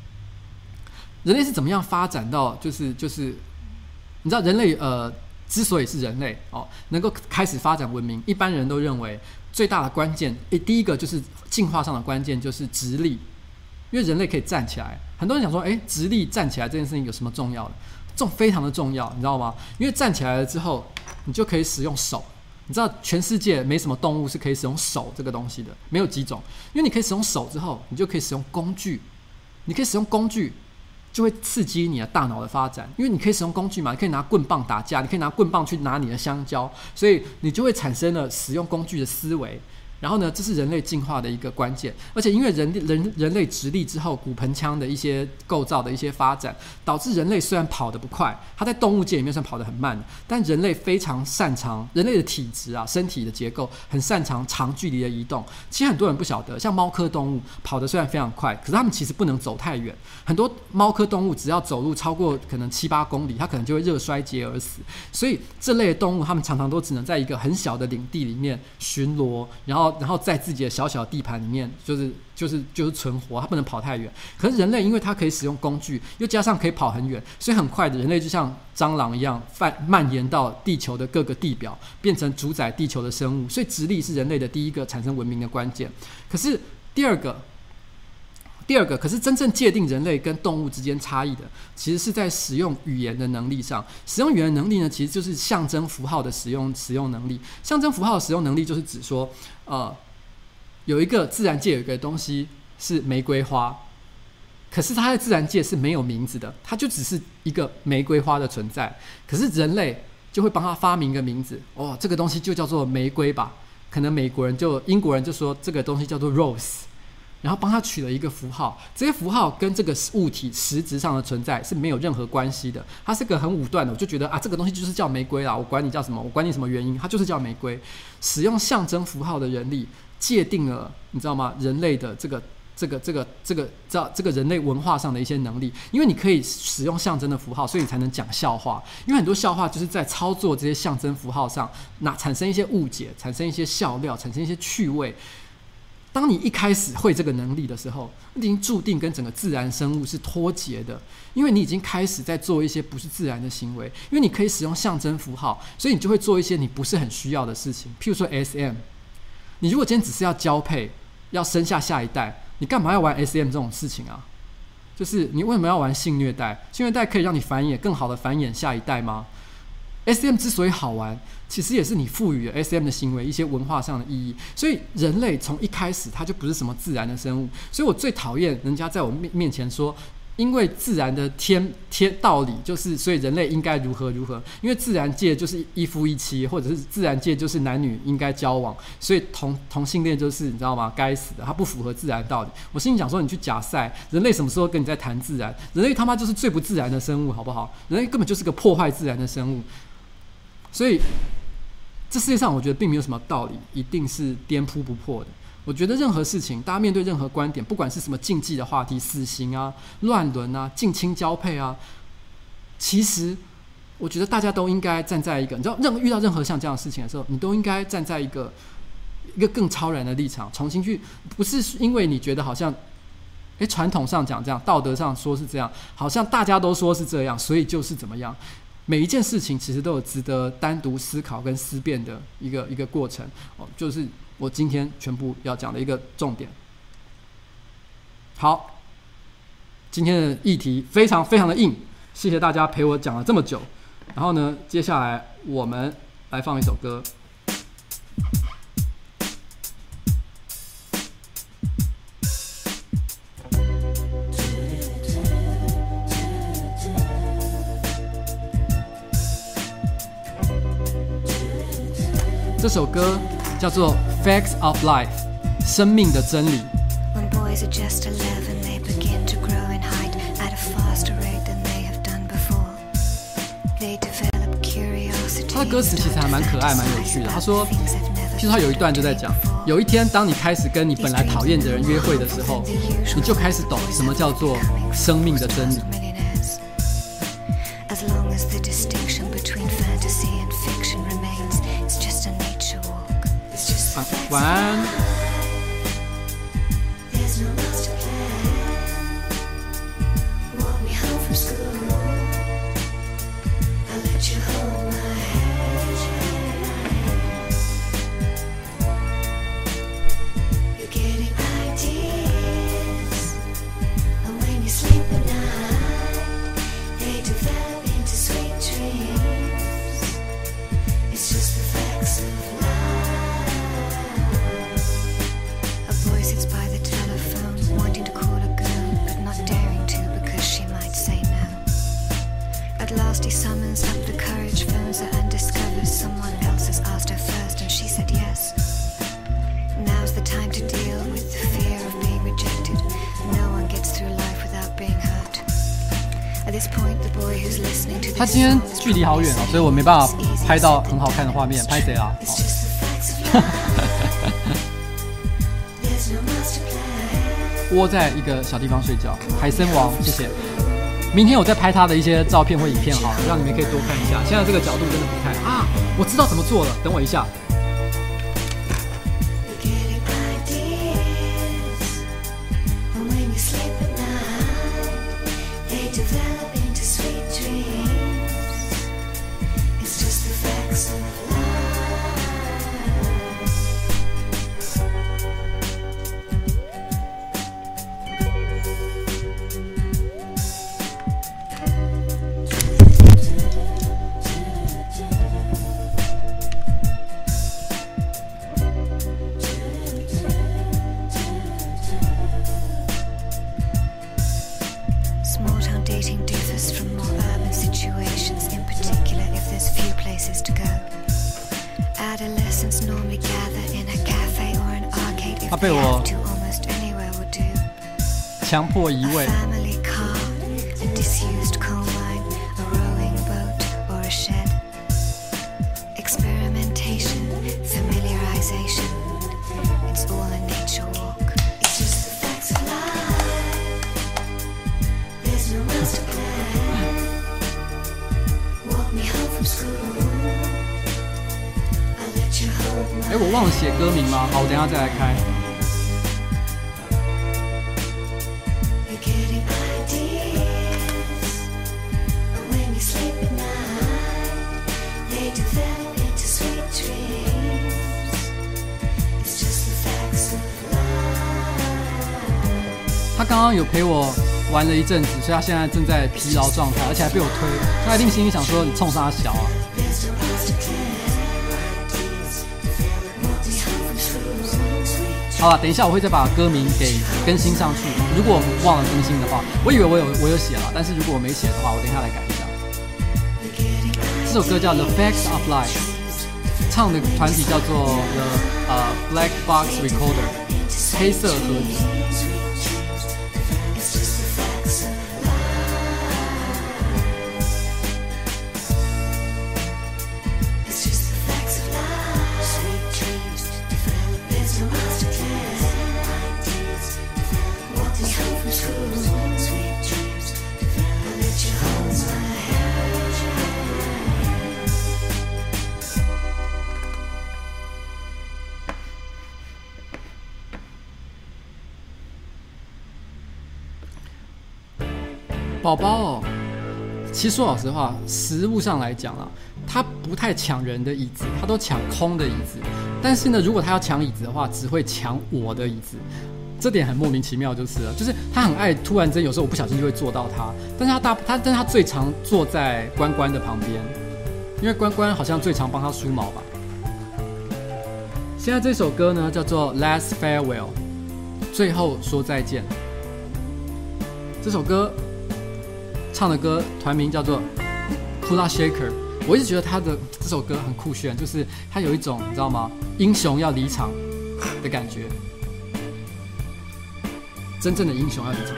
发展到就是你知道人类之所以是人类能够开始发展文明，一般人都认为最大的关键第一个就是进化上的关键就是直立，因为人类可以站起来。很多人想说直立站起来这件事情有什么重要的？这种非常的重要，你知道吗？因为站起来了之后你就可以使用手。你知道全世界没什么动物是可以使用手这个东西的，没有几种。因为你可以使用手之后，你就可以使用工具，你可以使用工具就会刺激你的大脑的发展，因为你可以使用工具嘛，你可以拿棍棒打架，你可以拿棍棒去拿你的香蕉，所以你就会产生了使用工具的思维。然后呢，这是人类进化的一个关键，而且因为人类直立之后，骨盆腔的一些构造的一些发展，导致人类虽然跑得不快，它在动物界里面算跑得很慢的，但人类非常擅长，人类的体质啊，身体的结构很擅长长距离的移动。其实很多人不晓得，像猫科动物跑得虽然非常快，可是它们其实不能走太远。很多猫科动物只要走路超过可能7-8公里，它可能就会热衰竭而死。所以这类的动物，它们常常都只能在一个很小的领地里面巡逻，然后在自己的小小地盘里面就是存活，它不能跑太远。可是人类因为它可以使用工具，又加上可以跑很远，所以很快的人类就像蟑螂一样蔓延到地球的各个地表，变成主宰地球的生物。所以直立是人类的第一个产生文明的关键。可是第二个，可是真正界定人类跟动物之间差异的，其实是在使用语言的能力上。使用语言能力呢，其实就是象征符号的使用能力。象征符号的使用能力就是指说，有一个自然界有一个东西是玫瑰花，可是它在自然界是没有名字的，它就只是一个玫瑰花的存在。可是人类就会帮它发明一个名字，这个东西就叫做玫瑰吧。可能英国人就说这个东西叫做 rose。然后帮他取了一个符号，这些符号跟这个物体实质上的存在是没有任何关系的。它是个很武断的，我就觉得这个东西就是叫玫瑰啦，我管你叫什么，我管你什么原因，它就是叫玫瑰。使用象征符号的人力界定了，你知道吗？人类的这个人类文化上的一些能力，因为你可以使用象征的符号，所以你才能讲笑话。因为很多笑话就是在操作这些象征符号上，产生一些误解，产生一些笑料，产生一些趣味。当你一开始会这个能力的时候，你已经注定跟整个自然生物是脱节的，因为你已经开始在做一些不是自然的行为。因为你可以使用象征符号，所以你就会做一些你不是很需要的事情。譬如说 SM， 你如果今天只是要交配，要生下一代，你干嘛要玩 SM 这种事情啊？就是你为什么要玩性虐待？性虐待可以让你更好的繁衍下一代吗？ SM 之所以好玩，其实也是你赋予了 SM 的行为一些文化上的意义。所以人类从一开始它就不是什么自然的生物。所以我最讨厌人家在我面前说，因为自然的天道理就是所以人类应该如何如何，因为自然界就是一夫一妻，或者是自然界就是男女应该交往，所以同性恋就是你知道吗？该死的，它不符合自然道理。我心里想说，你去假赛，人类什么时候跟你在谈自然？人类他妈就是最不自然的生物，好不好？人类根本就是个破坏自然的生物。所以这世界上我觉得并没有什么道理一定是颠扑不破的。我觉得任何事情，大家面对任何观点，不管是什么禁忌的话题，死刑啊、乱伦啊、近亲交配啊，其实我觉得大家都应该站在一个，你知道，遇到任何像这样的事情的时候，你都应该站在一个更超然的立场，重新去，不是因为你觉得好像传统上讲这样，道德上说是这样，好像大家都说是这样，所以就是怎么样。每一件事情其实都有值得单独思考跟思辨的一个过程，就是我今天全部要讲的一个重点。好，今天的议题非常非常的硬，谢谢大家陪我讲了这么久。然后呢，接下来我们来放一首歌。 这首歌叫做 Facts of Life 生命的真理。 When boys are just 11, they begin to grow in height at a faster rate than they have done before. They develop curiosity. 他的歌词其实还蛮可爱蛮有趣的。他说其实他有一段就在讲，有一天当你开始跟你本来讨厌的人约会的时候，你就开始懂什么叫做生命的真理。 As long as the distinction between fantasy and fiction remains, it's just a nature walk. It's just the facts. 晚安。 There's no master plan. Walk me home from school. I'll let you hold my hand. You're getting ideas. And when you sleep at night, they develop into sweet dreams. It's just the facts of life. A boy sits by the telephone, wanting to call a girl, but not daring to because she might say no. At last he summons up the courage, phones her and discovers someone else has asked her first and she said yes. Now's the time to deal with the fear of being rejected. No one gets through life without being hurt. At this point, the boy who's listening to 他 this 今天 song is 距离好远哦，所以我没办法拍到很好看的画面。拍谁啊？ It's just the facts of life. There's no master plan. 窝在一个小地方睡觉。海参王，谢谢。明天我再拍他的一些照片或影片好了，让你们可以多看一下。现在这个角度真的不太啊，我知道怎么做了，等我一下。 You're getting ideas. And when you sleep at night, they develop into sweet dreams. It's just the facts of life. Small town dating differs from more urban situations, in particular if there's few places to go. Adolescents normally gather in a cafe or an arcade if 他被 they 我 have to. Almost anywhere will do. 强迫移 A 位。 family car, a disused coal mine, a rowing boat or a shed. Experimentation, familiarization. It's all a nature walk. It's just the facts of life. There's no master plan. Walk me home from school. I'll let you hold my 我忘了写歌名吗？好，我等一下再来开。 You're getting ideas. And when you sleep at night, they develop into sweet dreams. It's just the facts of life. 他刚刚有陪我玩了一阵子，所以他现在正在疲劳状态，而且还被我推。他一定心里想说：“你冲啥小啊 There's no master plan. Walk me home from school.？” 好了，等一下我会再把歌名给更新上去。如果我忘了更新的话，我以为我有写了，但是如果我没写的话，我等一下来改一下。 You're getting 这首歌叫《The Facts of Life》，唱的团体叫做 The Black Box Recorder 黑色盒子。 It's just the facts of life. It's just the facts of life. Sweet dreams develop. There's no master plan. Walk me home from school. Sweet dreams develop. I'll let you hold my hand. 宝宝哦，其实说老实话，实物上来讲啊，他不太抢人的椅子，他都抢空的椅子。但是呢，如果他要抢椅子的话，只会抢我的椅子，这点很莫名其妙，就是了。就是他很爱突然间，有时候我不小心就会坐到他，但是他最常坐在关关的旁边，因为关关好像最常帮他梳毛吧。现在这首歌呢叫做《Last Farewell》，最后说再见。这首歌唱的歌团名叫做 Kula Shaker， 我一直觉得他的这首歌很酷炫，就是他有一种你知道吗？英雄要离场的感觉，真正的英雄要离场。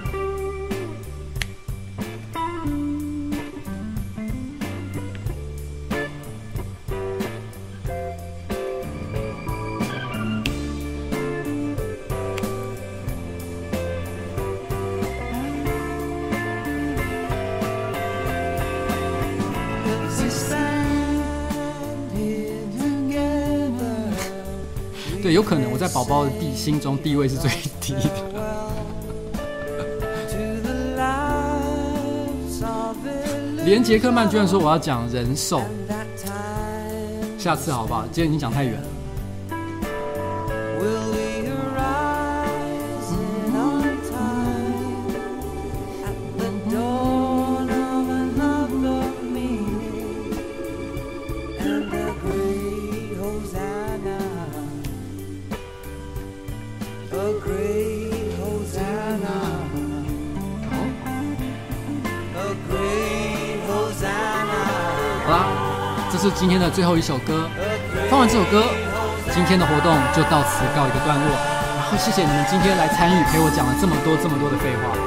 对，有可能我在宝宝的心中地位是最低的。连杰克曼居然说我要讲人兽，下次好不好？今天已经讲太远了。好啦，这是今天的最后一首歌。放完这首歌，今天的活动就到此告一个段落。然后谢谢你们今天来参与，陪我讲了这么多的废话。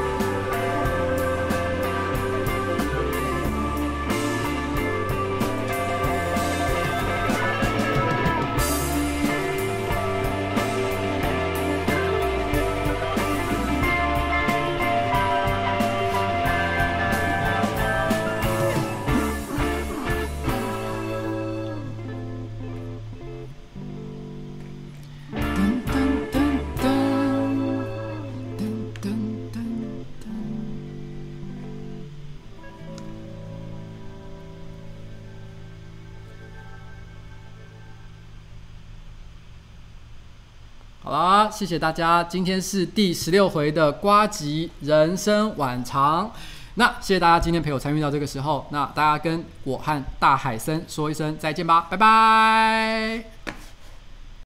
好啦，谢谢大家，今天是第16回的呱吉人生晚长。那谢谢大家今天陪我参与到这个时候，那大家跟我和大海森说一声再见吧，拜拜。